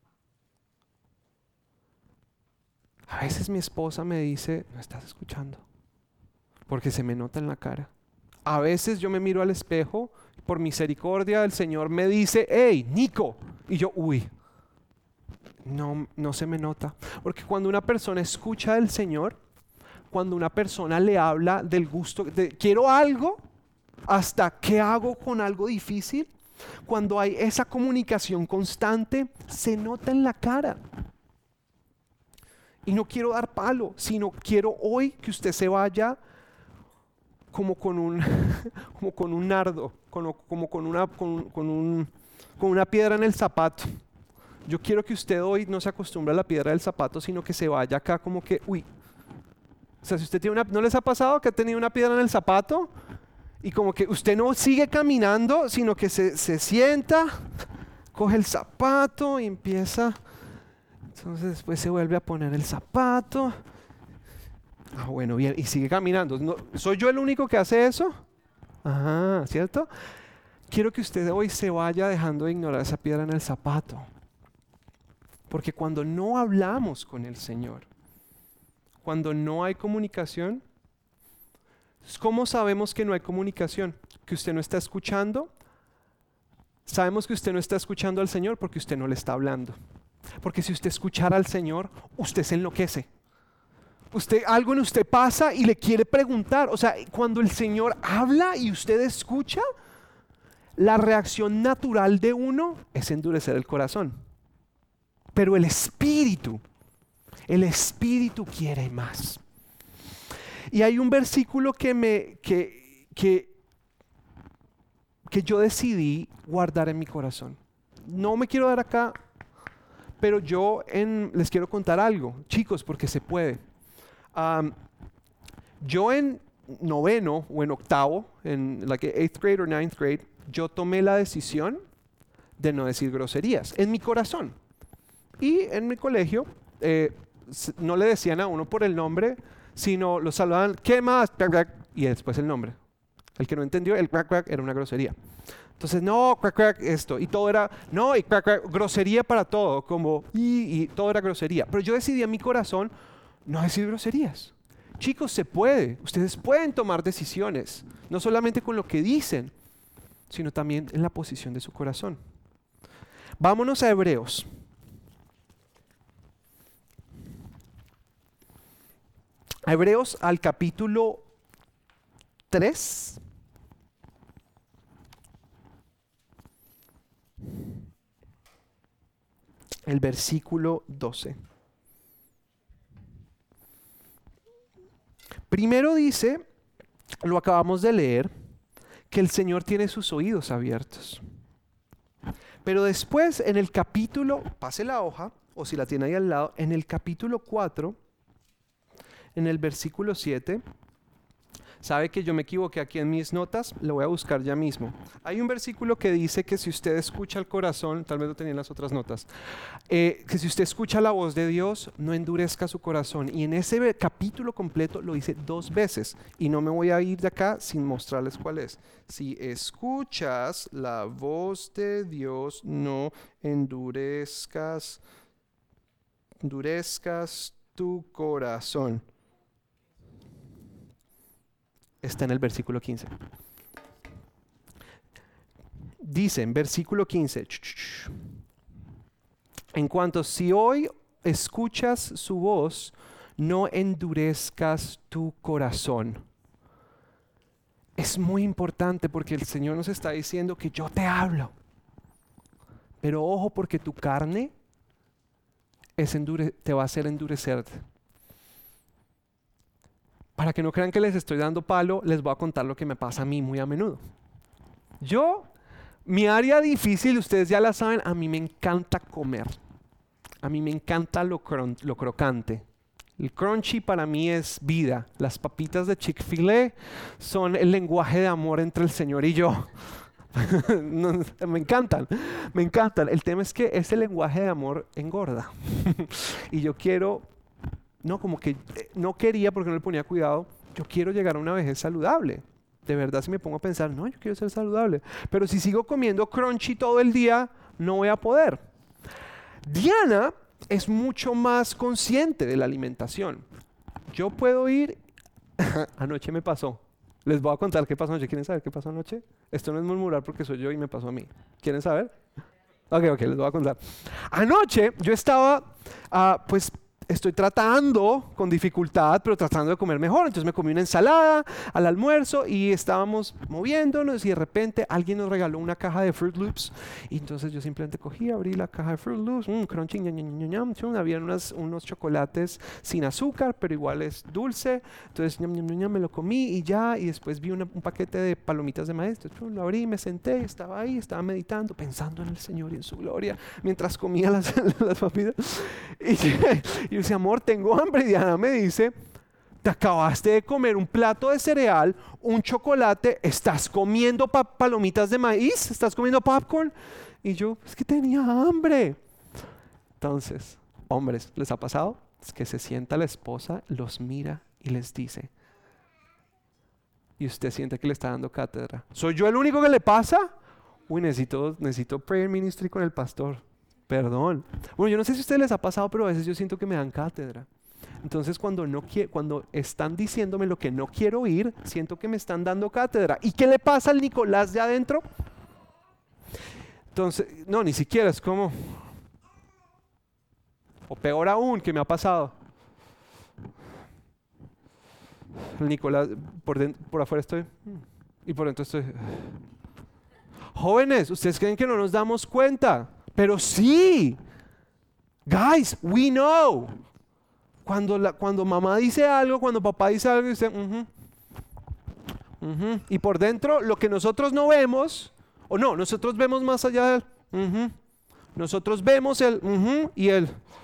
A veces mi esposa me dice, no estás escuchando, porque se me nota en la cara. A veces yo me miro al espejo, por misericordia del Señor me dice, hey, Nico, y yo, uy, no se me nota. Porque cuando una persona escucha del Señor, cuando una persona le habla del gusto, de quiero algo, hasta qué hago con algo difícil, cuando hay esa comunicación constante, se nota en la cara. Y no quiero dar palo, sino quiero hoy que usted se vaya como con un nardo, como con una piedra en el zapato. Yo quiero que usted hoy no se acostumbre a la piedra del zapato, sino que se vaya acá como que, uy. O sea, si usted tiene ¿no les ha pasado que ha tenido una piedra en el zapato? Y como que usted no sigue caminando, sino que se sienta, coge el zapato y empieza. Entonces después se vuelve a poner el zapato. Ah, bueno, bien, y sigue caminando. ¿No, ¿soy yo el único que hace eso? Ajá, ¿cierto? Quiero que usted hoy se vaya dejando de ignorar esa piedra en el zapato. Porque cuando no hablamos con el Señor, cuando no hay comunicación, ¿cómo sabemos que no hay comunicación? Que usted no está escuchando. Sabemos que usted no está escuchando al Señor porque usted no le está hablando. Porque si usted escuchara al Señor, usted se enloquece. Algo en usted pasa y le quiere preguntar. O sea, cuando el Señor habla y usted escucha, la reacción natural de uno es endurecer el corazón. Pero el Espíritu quiere más. Y hay un versículo que yo decidí guardar en mi corazón. No me quiero dar acá, pero les quiero contar algo, chicos, porque se puede. Yo en noveno o en octavo, en like 8th grade o 9th grade, yo tomé la decisión de no decir groserías en mi corazón. Y en mi colegio no le decían a uno por el nombre, sino lo saludaban, ¿qué más? Y después el nombre. El que no entendió, el crack crack era una grosería. Entonces, no, crack crack esto. Y todo era, no, y crack crack, grosería para todo, como, y todo era grosería. Pero yo decidí en mi corazón no decir groserías. Chicos, se puede. Ustedes pueden tomar decisiones, no solamente con lo que dicen, sino también en la posición de su corazón. Vámonos a Hebreos. A Hebreos al capítulo 3. El versículo 12. Primero dice, lo acabamos de leer, que el Señor tiene sus oídos abiertos. Pero después en el capítulo, pase la hoja, o si la tiene ahí al lado, en el capítulo 4, en el versículo 7, sabe que yo me equivoqué aquí en mis notas, lo voy a buscar ya mismo. Hay un versículo que dice que si usted escucha el corazón, tal vez lo tenía en las otras notas, que si usted escucha la voz de Dios, no endurezca su corazón. Y en ese capítulo completo lo dice 2 veces. Y no me voy a ir de acá sin mostrarles cuál es. Si escuchas la voz de Dios, no endurezcas tu corazón. Está en el versículo 15. Dice en versículo 15, en cuanto si hoy escuchas su voz, no endurezcas tu corazón. Es muy importante porque el Señor nos está diciendo que yo te hablo. Pero ojo, porque tu carne te va a hacer endurecerte. Para que no crean que les estoy dando palo, les voy a contar lo que me pasa a mí muy a menudo. Mi área difícil, ustedes ya la saben, a mí me encanta comer. A mí me encanta lo crocante. El crunchy para mí es vida. Las papitas de Chick-fil-A son el lenguaje de amor entre el Señor y yo. Me encantan. El tema es que ese lenguaje de amor engorda. Y yo quiero... como que no quería porque no le ponía cuidado. Yo quiero llegar a una vejez saludable. De verdad, si me pongo a pensar, no, yo quiero ser saludable. Pero si sigo comiendo crunchy todo el día, no voy a poder. Diana es mucho más consciente de la alimentación. Yo puedo ir... Anoche me pasó. Les voy a contar qué pasó anoche. ¿Quieren saber qué pasó anoche? Esto no es murmurar porque soy yo y me pasó a mí. ¿Quieren saber? Ok, les voy a contar. Anoche yo estaba, estoy tratando con dificultad, pero tratando de comer mejor. Entonces me comí una ensalada al almuerzo y estábamos moviéndonos y de repente alguien nos regaló una caja de Fruit Loops. Y entonces yo simplemente cogí, abrí la caja de Fruit Loops, crunchy, había unos chocolates sin azúcar, pero igual es dulce. Entonces me lo comí y ya, y después vi un paquete de palomitas de maíz. Entonces lo abrí, me senté, estaba ahí, estaba meditando, pensando en el Señor y en su gloria, mientras comía las papitas. Y yo decía, amor, tengo hambre. Y Diana me dice, te acabaste de comer un plato de cereal, un chocolate, estás comiendo palomitas de maíz, estás comiendo popcorn. Y yo, es que tenía hambre. Entonces, hombres, ¿les ha pasado? Es que se sienta la esposa, los mira y les dice, y usted siente que le está dando cátedra. ¿Soy yo el único que le pasa? Uy, necesito prayer ministry con el pastor. Perdón. Bueno, yo no sé si a ustedes les ha pasado, pero a veces yo siento que me dan cátedra. Entonces cuando están diciéndome lo que no quiero oír, siento que me están dando cátedra. ¿Y qué le pasa al Nicolás de adentro? Entonces, no, ni siquiera es como... O peor aún, que me ha pasado. El Nicolás, por afuera estoy... Y por dentro estoy... Jóvenes, ¿ustedes creen que no nos damos cuenta? Pero sí, guys, we know. Cuando mamá dice algo, cuando papá dice algo, dice, y por dentro lo que nosotros no vemos, o no, nosotros vemos más allá del, nosotros vemos el, y el.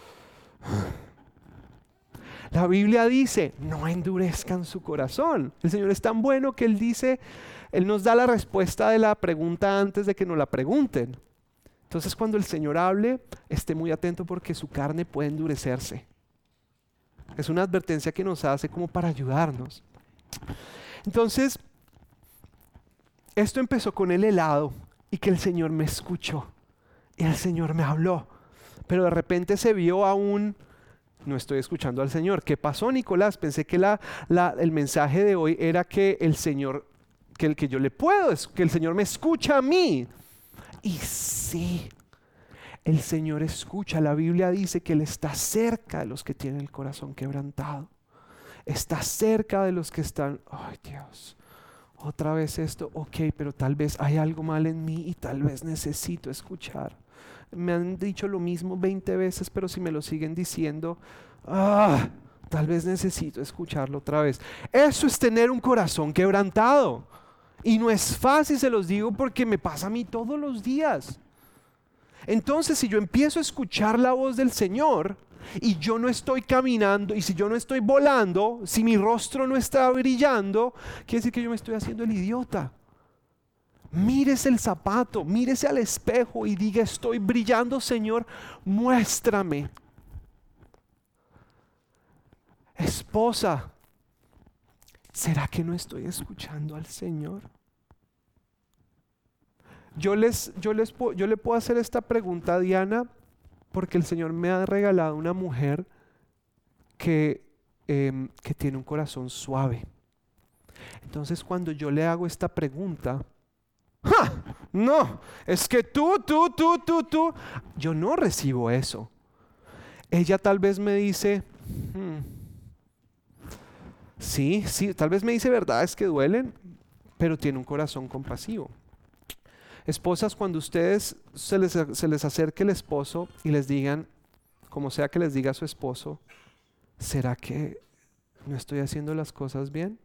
La Biblia dice, no endurezcan su corazón. El Señor es tan bueno que Él dice, Él nos da la respuesta de la pregunta antes de que nos la pregunten. Entonces cuando el Señor hable, esté muy atento porque su carne puede endurecerse. Es una advertencia que nos hace como para ayudarnos. Entonces, esto empezó con el helado y que el Señor me escuchó y el Señor me habló. Pero de repente se vio no estoy escuchando al Señor. ¿Qué pasó, Nicolás? Pensé que el mensaje de hoy era que el Señor, que el Señor me escucha a mí. Y sí, el Señor escucha. La Biblia dice que Él está cerca de los que tienen el corazón quebrantado. Está cerca de los que están, ay Dios, otra vez esto, ok, pero tal vez hay algo mal en mí y tal vez necesito escuchar. Me han dicho lo mismo 20 veces, pero si me lo siguen diciendo, tal vez necesito escucharlo otra vez. Eso es tener un corazón quebrantado. Y no es fácil, se los digo porque me pasa a mí todos los días. Entonces, si yo empiezo a escuchar la voz del Señor y yo no estoy caminando, y si yo no estoy volando, si mi rostro no está brillando, quiere decir que yo me estoy haciendo el idiota. Mírese el zapato, mírese al espejo y diga: estoy brillando, Señor, muéstrame. Esposa, ¿será que no estoy escuchando al Señor? Yo le puedo hacer esta pregunta a Diana porque el Señor me ha regalado una mujer que tiene un corazón suave. Entonces, cuando yo le hago esta pregunta, ¡ja! No, es que tú, yo no recibo eso. Ella tal vez me dice, sí, tal vez me dice verdades que duelen, pero tiene un corazón compasivo. Esposas, cuando ustedes se les acerque el esposo y les digan, como sea que les diga a su esposo: ¿será que no estoy haciendo las cosas bien?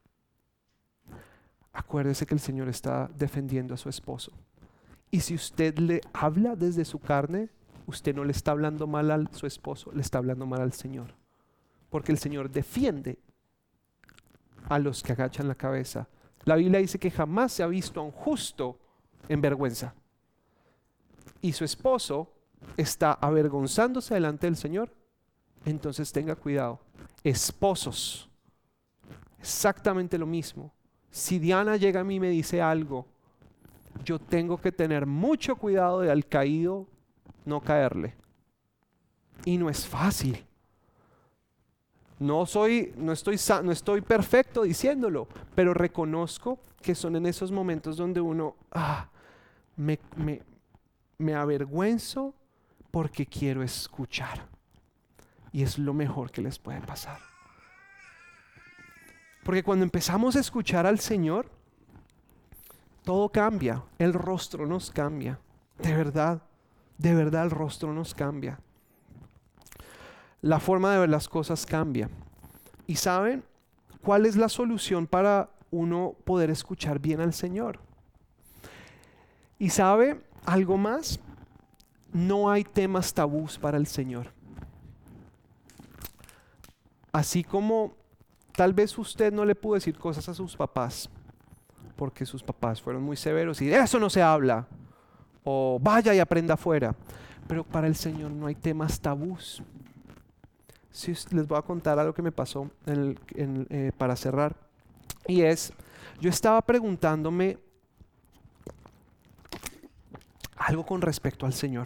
Acuérdese que el Señor está defendiendo a su esposo. Y si usted le habla desde su carne, usted no le está hablando mal a su esposo, le está hablando mal al Señor. Porque el Señor defiende a los que agachan la cabeza. La Biblia dice que jamás se ha visto a un justo en vergüenza. Y su esposo está avergonzándose delante del Señor. Entonces tenga cuidado. Esposos, exactamente lo mismo. Si Diana llega a mí y me dice algo, yo tengo que tener mucho cuidado de al caído no caerle. Y no es fácil. No estoy perfecto diciéndolo, pero reconozco que son en esos momentos donde uno me avergüenzo porque quiero escuchar. Y es lo mejor que les puede pasar. Porque cuando empezamos a escuchar al Señor, todo cambia, el rostro nos cambia. De verdad el rostro nos cambia. La forma de ver las cosas cambia. ¿Y saben cuál es la solución para uno poder escuchar bien al Señor? ¿Y sabe algo más? No hay temas tabús para el Señor. Así como tal vez usted no le pudo decir cosas a sus papás porque sus papás fueron muy severos y de eso no se habla, o vaya y aprenda afuera, pero para el Señor no hay temas tabús. Sí, les voy a contar algo que me pasó para cerrar, y es, yo estaba preguntándome algo con respecto al Señor,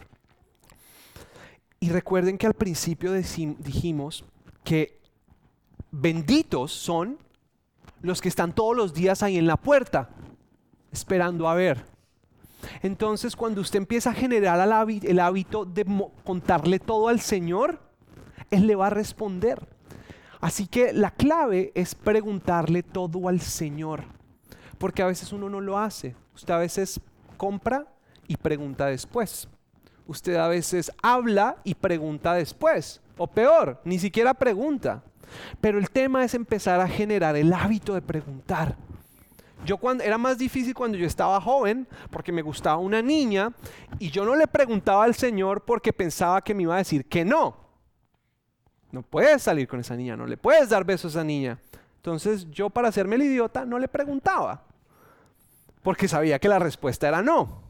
y recuerden que al principio dijimos que benditos son los que están todos los días ahí en la puerta, esperando a ver. Entonces, cuando usted empieza a generar el hábito de contarle todo al Señor, Él le va a responder. Así que la clave es preguntarle todo al Señor, porque a veces uno no lo hace. Usted a veces compra y pregunta después. Usted a veces habla y pregunta después, o peor, ni siquiera pregunta. Pero el tema es empezar a generar el hábito de preguntar. Era más difícil cuando yo estaba joven, porque me gustaba una niña y yo no le preguntaba al Señor porque pensaba que me iba a decir que no. No puedes salir con esa niña, no le puedes dar besos a esa niña. Entonces yo, para hacerme el idiota, no le preguntaba, porque sabía que la respuesta era no.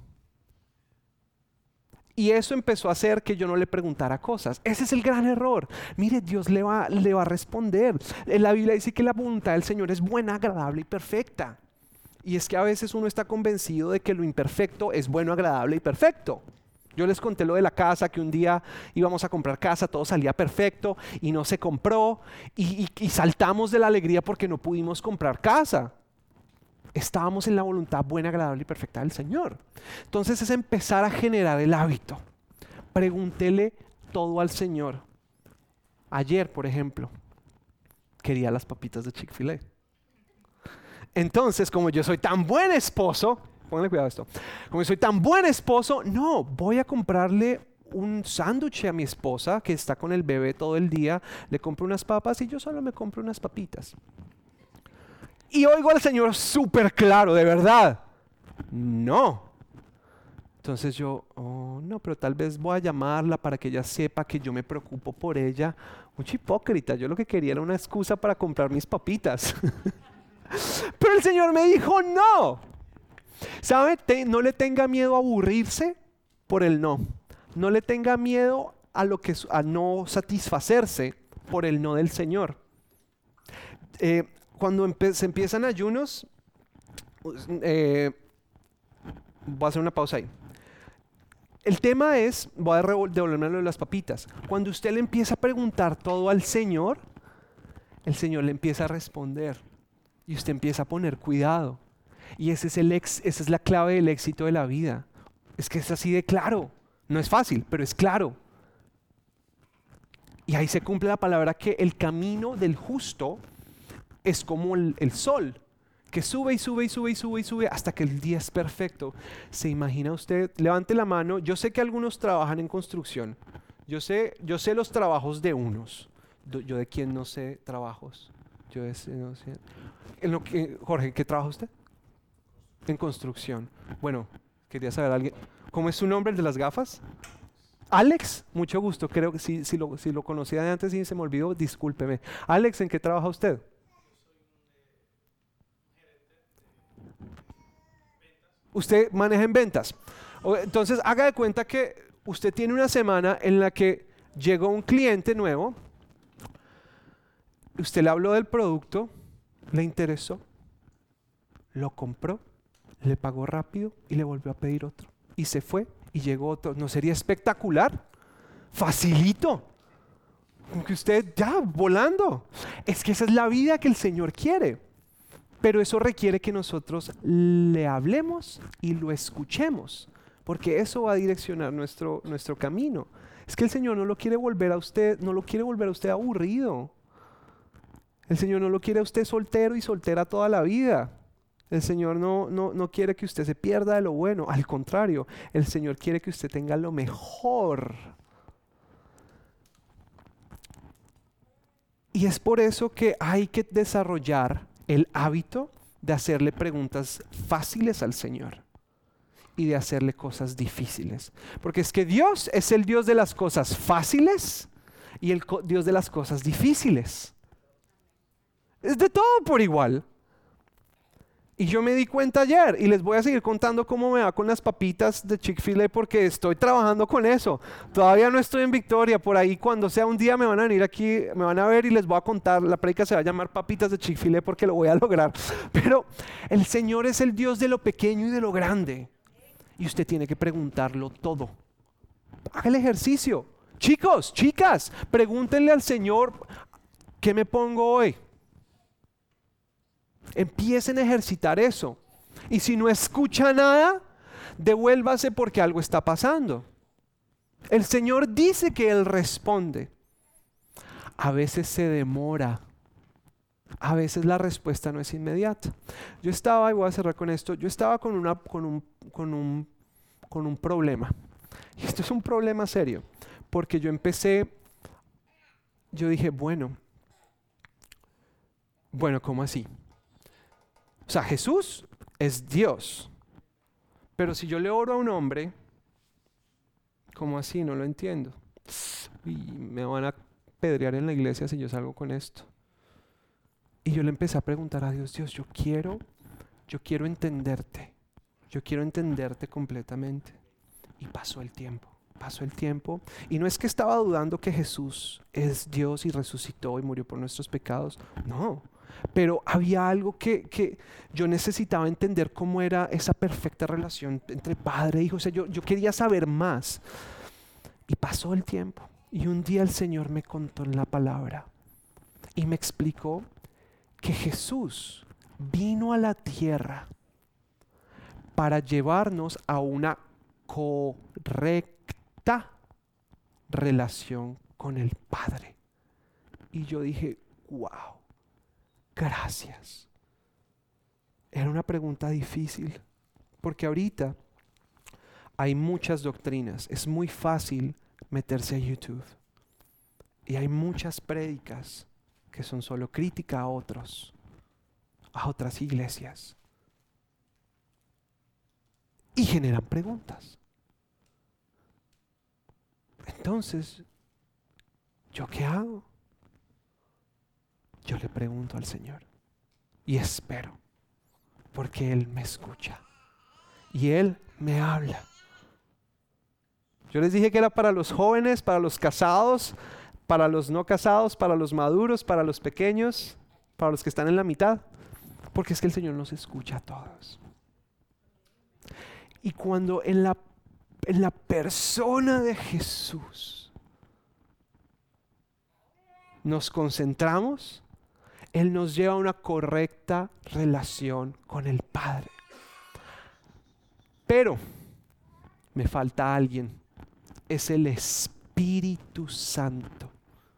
Y eso empezó a hacer que yo no le preguntara cosas. Ese es el gran error. Mire, Dios le va a responder. La Biblia dice que la voluntad del Señor es buena, agradable y perfecta. Y es que a veces uno está convencido de que lo imperfecto es bueno, agradable y perfecto. Yo les conté lo de la casa, que un día íbamos a comprar casa, todo salía perfecto y no se compró. Y saltamos de la alegría porque no pudimos comprar casa. Estábamos en la voluntad buena, agradable y perfecta del Señor. Entonces es empezar a generar el hábito. Pregúntele todo al Señor. Ayer, por ejemplo, quería las papitas de Chick-fil-A. Entonces, como yo soy tan buen esposo, pónganle cuidado a esto, como yo soy tan buen esposo, no, voy a comprarle un sándwich a mi esposa que está con el bebé todo el día, le compro unas papas y yo solo me compro unas papitas. Y oigo al Señor súper claro, de verdad. No. Entonces yo, dijo, no, pero tal vez voy a llamarla para que ella sepa que yo me preocupo por ella. Mucho hipócrita, yo lo que quería era una excusa para comprar mis papitas. Pero el Señor me dijo, no. ¿Sabe? No le tenga miedo a aburrirse por el no. No le tenga miedo a no satisfacerse por el no del Señor. Cuando se empiezan ayunos, voy a hacer una pausa ahí. El tema es, voy a devolverme lo de las papitas. Cuando usted le empieza a preguntar todo al Señor, el Señor le empieza a responder y usted empieza a poner cuidado. Y esa es la clave del éxito de la vida. Es que es así de claro. No es fácil, pero es claro. Y ahí se cumple la palabra que el camino del justo es como el sol, que sube y sube y sube y sube y sube hasta que el día es perfecto. ¿Se imagina usted? Levante la mano. Yo sé que algunos trabajan en construcción. Yo sé los trabajos de unos. Yo de quién no sé trabajos. Yo no sé. Jorge, ¿qué trabaja usted? En construcción. Bueno, quería saber alguien. ¿Cómo es su nombre, el de las gafas? Alex, mucho gusto. Creo que si lo conocía de antes y se me olvidó, discúlpeme. Alex, ¿en qué trabaja usted? Usted maneja en ventas. Entonces, haga de cuenta que usted tiene una semana en la que llegó un cliente nuevo. Usted le habló del producto, le interesó, lo compró, le pagó rápido y le volvió a pedir otro. Y se fue y llegó otro. ¿No sería espectacular? Facilito. Como que usted ya volando. Es que esa es la vida que el Señor quiere. Pero eso requiere que nosotros le hablemos y lo escuchemos. Porque eso va a direccionar nuestro camino. Es que el Señor no lo quiere volver a usted, no lo quiere volver a usted aburrido. El Señor no lo quiere a usted soltero y soltera toda la vida. El Señor no quiere que usted se pierda de lo bueno. Al contrario, el Señor quiere que usted tenga lo mejor. Y es por eso que hay que desarrollar el hábito de hacerle preguntas fáciles al Señor y de hacerle cosas difíciles. Porque es que Dios es el Dios de las cosas fáciles y el Dios de las cosas difíciles. Es de todo por igual. Y yo me di cuenta ayer y les voy a seguir contando cómo me va con las papitas de Chick-fil-A porque estoy trabajando con eso. Todavía no estoy en victoria. Por ahí cuando sea un día me van a venir aquí, me van a ver y les voy a contar. La prédica se va a llamar Papitas de Chick-fil-A porque lo voy a lograr. Pero el Señor es el Dios de lo pequeño y de lo grande. Y usted tiene que preguntarlo todo. Haga el ejercicio. Chicos, chicas, pregúntenle al Señor, ¿qué me pongo hoy? Empiecen a ejercitar eso. Y si no escucha nada, devuélvase porque algo está pasando. El Señor dice que Él responde. A veces se demora. A veces la respuesta no es inmediata. Yo estaba, y voy a cerrar con esto, yo estaba con un problema. Y esto es un problema serio. Porque yo dije, bueno, ¿cómo así? O sea, Jesús es Dios. Pero si yo le oro a un hombre, ¿cómo así? No lo entiendo. Y me van a pedrear en la iglesia si yo salgo con esto. Y yo le empecé a preguntar a Dios, yo quiero entenderte. Yo quiero entenderte completamente. Y pasó el tiempo. Y no es que estaba dudando que Jesús es Dios y resucitó y murió por nuestros pecados. No. Pero había algo que yo necesitaba entender cómo era esa perfecta relación entre padre e hijo. O sea, yo quería saber más. Y pasó el tiempo. Y un día el Señor me contó en la palabra y me explicó que Jesús vino a la tierra para llevarnos a una correcta relación con el Padre. Y yo dije, wow. Gracias. Era una pregunta difícil, porque ahorita hay muchas doctrinas. Es muy fácil meterse a YouTube. Y hay muchas prédicas que son solo crítica a otras iglesias. Y generan preguntas. Entonces, ¿yo qué hago? Yo le pregunto al Señor y espero, porque Él me escucha y Él me habla. Yo les dije que era para los jóvenes, para los casados, para los no casados, para los maduros, para los pequeños, para los que están en la mitad, porque es que el Señor nos escucha a todos. Y cuando en la persona de Jesús nos concentramos, Él nos lleva a una correcta relación con el Padre. Pero me falta alguien, es el Espíritu Santo.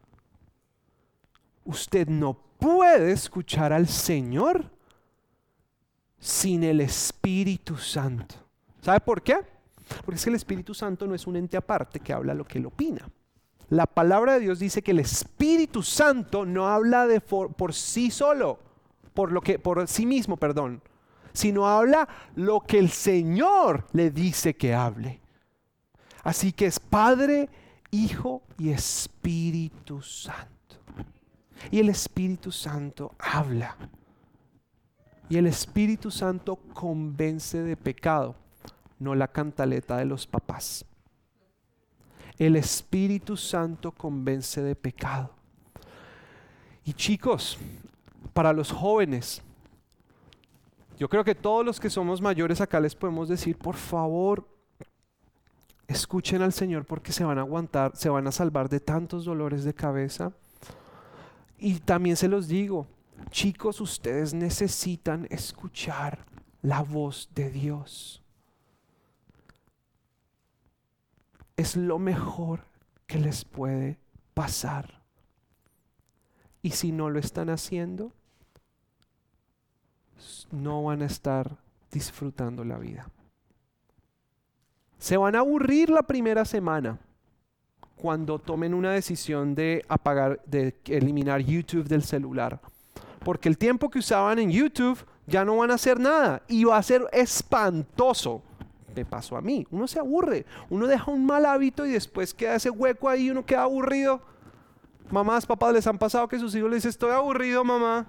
Usted no puede escuchar al Señor sin el Espíritu Santo. ¿Sabe por qué? Porque es que el Espíritu Santo no es un ente aparte que habla lo que él opina. La palabra de Dios dice que el Espíritu Santo no habla por sí solo, por sí mismo, perdón, sino habla lo que el Señor le dice que hable. Así que es Padre, Hijo y Espíritu Santo. Y el Espíritu Santo habla. Y el Espíritu Santo convence de pecado, no la cantaleta de los papás. El Espíritu Santo convence de pecado. Y chicos, para los jóvenes, yo creo que todos los que somos mayores acá les podemos decir, por favor, escuchen al Señor porque se van a aguantar, se van a salvar de tantos dolores de cabeza. Y también se los digo, chicos, ustedes necesitan escuchar la voz de Dios. Es lo mejor que les puede pasar. Y si no lo están haciendo, no van a estar disfrutando la vida. Se van a aburrir la primera semana cuando tomen una decisión de eliminar YouTube del celular. Porque el tiempo que usaban en YouTube ya no van a hacer nada y va a ser espantoso. Me pasó a mí, uno se aburre, uno deja un mal hábito y después queda ese hueco ahí y uno queda aburrido. Mamás, papás, ¿les han pasado que sus hijos les dicen estoy aburrido, mamá?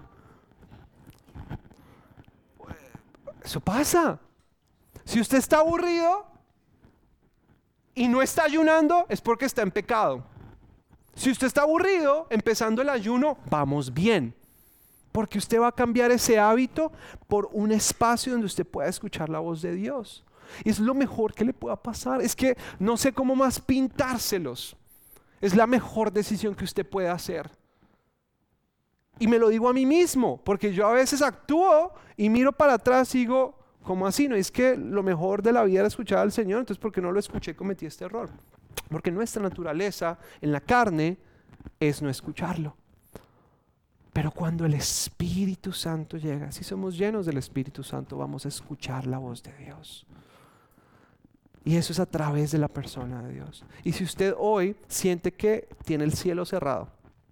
Eso pasa. Si usted está aburrido y no está ayunando, es porque está en pecado. Si usted está aburrido, empezando el ayuno, vamos bien. Porque usted va a cambiar ese hábito por un espacio donde usted pueda escuchar la voz de Dios. Es lo mejor que le pueda pasar. Es que no sé cómo más pintárselos. Es la mejor decisión que usted puede hacer. Y me lo digo a mí mismo, porque yo a veces actúo y miro para atrás y digo, ¿cómo así? No es que lo mejor de la vida era escuchar al Señor, entonces ¿por qué no lo escuché y cometí este error? Porque nuestra naturaleza en la carne es no escucharlo. Pero cuando el Espíritu Santo llega, si somos llenos del Espíritu Santo, vamos a escuchar la voz de Dios. Y eso es a través de la persona de Dios. Y si usted hoy siente que tiene el cielo cerrado,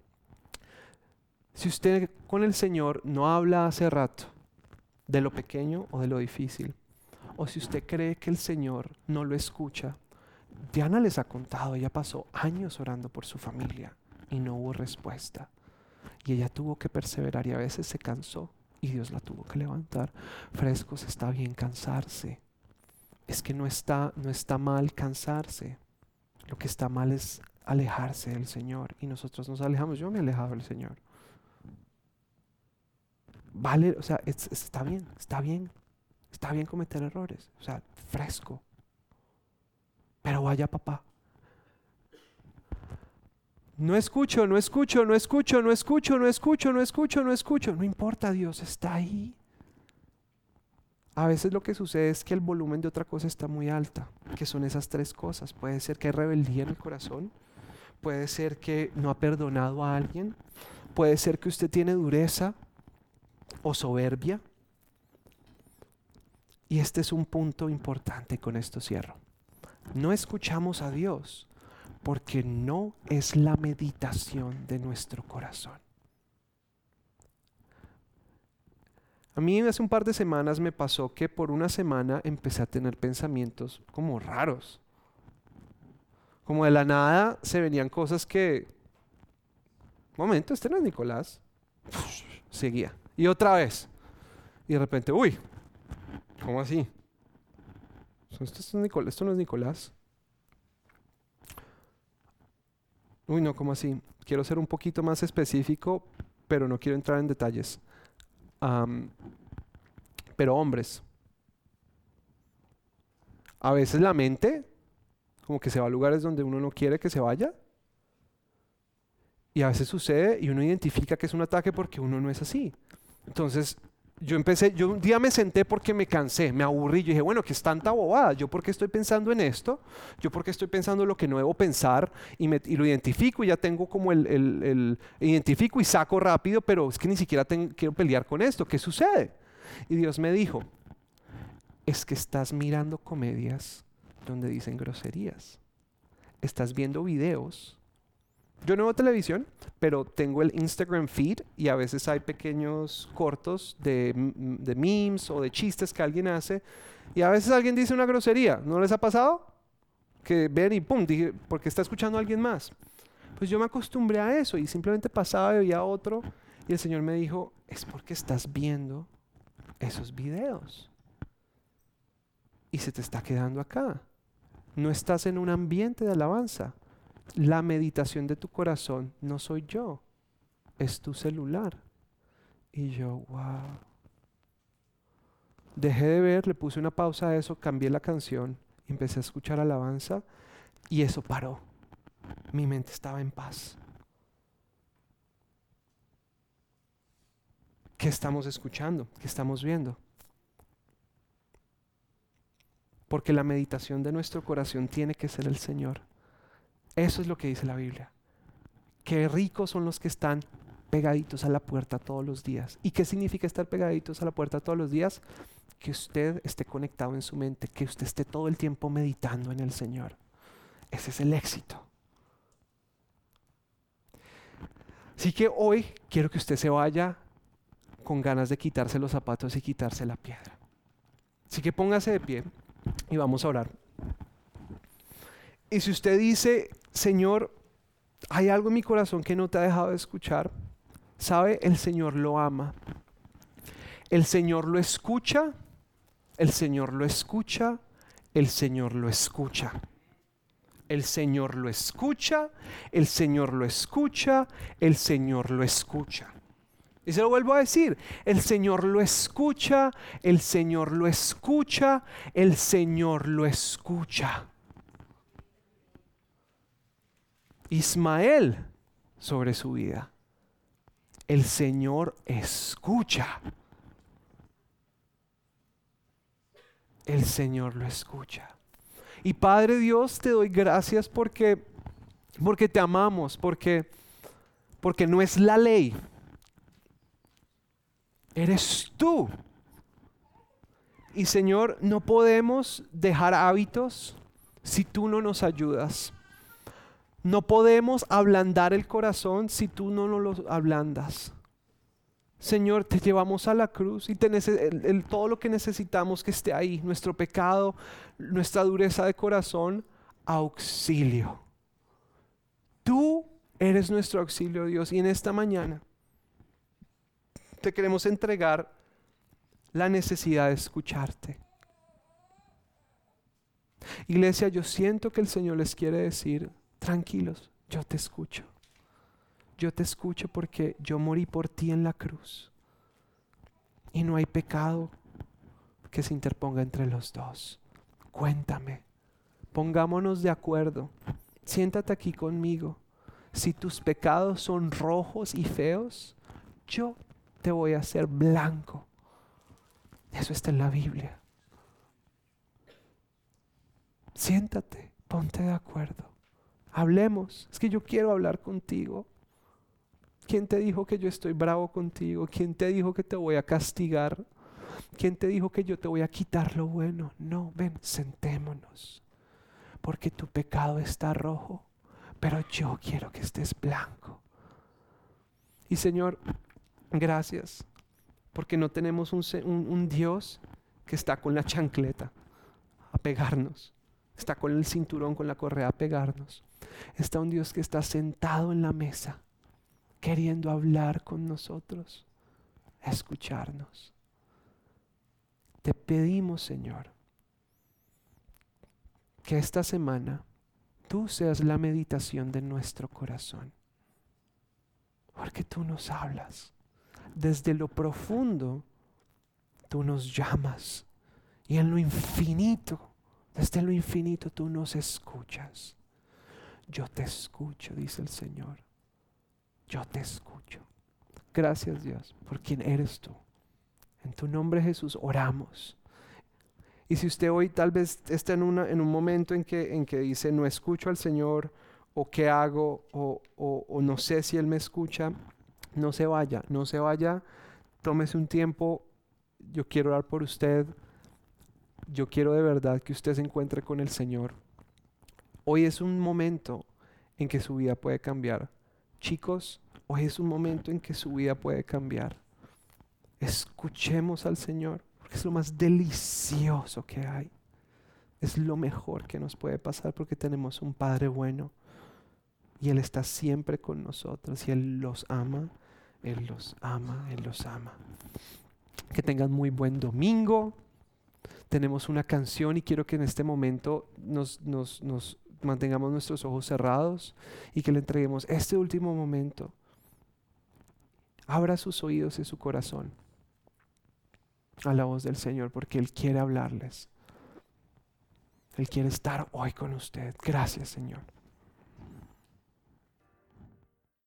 si usted con el Señor no habla hace rato de lo pequeño o de lo difícil, o si usted cree que el Señor no lo escucha, Diana les ha contado, ella pasó años orando por su familia y no hubo respuesta. Y ella tuvo que perseverar y a veces se cansó y Dios la tuvo que levantar. Frescos, está bien cansarse. Es que no está mal cansarse. Lo que está mal es alejarse del Señor. Y nosotros nos alejamos. Yo me he alejado del Señor. Vale, o sea, está bien. Está bien cometer errores. O sea, fresco. Pero vaya papá. No escucho. No importa, Dios está ahí. A veces lo que sucede es que el volumen de otra cosa está muy alta, que son esas tres cosas. Puede ser que hay rebeldía en el corazón, puede ser que no ha perdonado a alguien, puede ser que usted tiene dureza o soberbia. Y este es un punto importante, con esto cierro. No escuchamos a Dios porque no es la meditación de nuestro corazón. A mí hace un par de semanas me pasó que por una semana empecé a tener pensamientos como raros. Como de la nada se venían cosas que, un momento, este no es Nicolás. Seguía. Y otra vez. Y de repente, uy, ¿cómo así? Esto no es Nicolás. Uy, no, ¿cómo así? Quiero ser un poquito más específico, pero no quiero entrar en detalles. Pero hombres. A veces la mente como que se va a lugares donde uno no quiere que se vaya. Y a veces sucede y uno identifica que es un ataque porque uno no es así. Entonces yo un día me senté porque me cansé, me aburrí. Yo dije, bueno, ¿qué es tanta bobada? ¿Yo por qué estoy pensando en esto? ¿Yo por qué estoy pensando lo que no debo pensar? Y lo identifico y ya tengo como identifico y saco rápido, pero es que ni siquiera quiero pelear con esto. ¿Qué sucede? Y Dios me dijo, es que estás mirando comedias donde dicen groserías. Estás viendo videos. Yo no veo televisión, pero tengo el Instagram feed y a veces hay pequeños cortos de memes o de chistes que alguien hace y a veces alguien dice una grosería. ¿No les ha pasado? Que ven y pum, dije, porque está escuchando a alguien más. Pues yo me acostumbré a eso y simplemente pasaba y veía otro y el Señor me dijo, es porque estás viendo esos videos y se te está quedando acá. No estás en un ambiente de alabanza. La meditación de tu corazón no soy yo, es tu celular. Y yo, wow. Dejé de ver, le puse una pausa a eso, cambié la canción, empecé a escuchar alabanza y eso paró. Mi mente estaba en paz. ¿Qué estamos escuchando? ¿Qué estamos viendo? Porque la meditación de nuestro corazón tiene que ser el Señor. Eso es lo que dice la Biblia. Qué ricos son los que están pegaditos a la puerta todos los días. ¿Y qué significa estar pegaditos a la puerta todos los días? Que usted esté conectado en su mente, que usted esté todo el tiempo meditando en el Señor. Ese es el éxito. Así que hoy quiero que usted se vaya con ganas de quitarse los zapatos y quitarse la piedra. Así que póngase de pie y vamos a orar. Y si usted dice, Señor, hay algo en mi corazón que no te ha dejado de escuchar, sabe, el Señor lo ama. El Señor lo escucha, el Señor lo escucha, el Señor lo escucha. El Señor lo escucha, el Señor lo escucha, el Señor lo escucha. Y se lo vuelvo a decir, el Señor lo escucha, el Señor lo escucha, el Señor lo escucha. Ismael sobre su vida. El Señor escucha. El Señor lo escucha. Y Padre Dios, te doy gracias porque te amamos, porque no es la ley. Eres tú. Y Señor, no podemos dejar hábitos si tú no nos ayudas. No podemos ablandar el corazón si tú no nos lo ablandas. Señor, te llevamos a la cruz y todo lo que necesitamos que esté ahí, nuestro pecado, nuestra dureza de corazón, auxilio. Tú eres nuestro auxilio, Dios, y en esta mañana te queremos entregar la necesidad de escucharte. Iglesia, yo siento que el Señor les quiere decir, tranquilos, yo te escucho. Yo te escucho porque yo morí por ti en la cruz. Y no hay pecado que se interponga entre los dos. Cuéntame, pongámonos de acuerdo. Siéntate aquí conmigo. Si tus pecados son rojos y feos, yo te voy a hacer blanco. Eso está en la Biblia. Siéntate, ponte de acuerdo. Hablemos. Es que yo quiero hablar contigo. ¿Quién te dijo que yo estoy bravo contigo? ¿Quién te dijo que te voy a castigar? ¿Quién te dijo que yo te voy a quitar lo bueno? No, ven, sentémonos. Porque tu pecado está rojo, pero yo quiero que estés blanco. Y Señor, gracias, porque no tenemos un Dios que está con la chancleta a pegarnos. está con el cinturón, con la correa a pegarnos. Está un Dios que está sentado en la mesa, queriendo hablar con nosotros, escucharnos. Te pedimos, Señor, que esta semana tú seas la meditación de nuestro corazón. Porque tú nos hablas. Desde lo profundo, tú nos llamas. Y en lo infinito, desde lo infinito, tú nos escuchas. Yo te escucho, dice el Señor. Yo te escucho. Gracias, Dios, por quien eres tú. En tu nombre, Jesús, oramos. Y si usted hoy tal vez está en un momento en que dice, no escucho al Señor, o qué hago, o no sé si Él me escucha, no se vaya, tómese un tiempo. Yo quiero orar por usted. Yo quiero de verdad que usted se encuentre con el Señor. Hoy es un momento en que su vida puede cambiar. Chicos, hoy es un momento en que su vida puede cambiar. Escuchemos al Señor, porque es lo más delicioso que hay. Es lo mejor que nos puede pasar porque tenemos un Padre bueno. Y Él está siempre con nosotros. Y Él los ama, Él los ama, Él los ama. Que tengan muy buen domingo. Tenemos una canción y quiero que en este momento nos mantengamos nuestros ojos cerrados y que le entreguemos este último momento. Abra sus oídos y su corazón a la voz del Señor porque Él quiere hablarles. Él quiere estar hoy con usted. Gracias, Señor.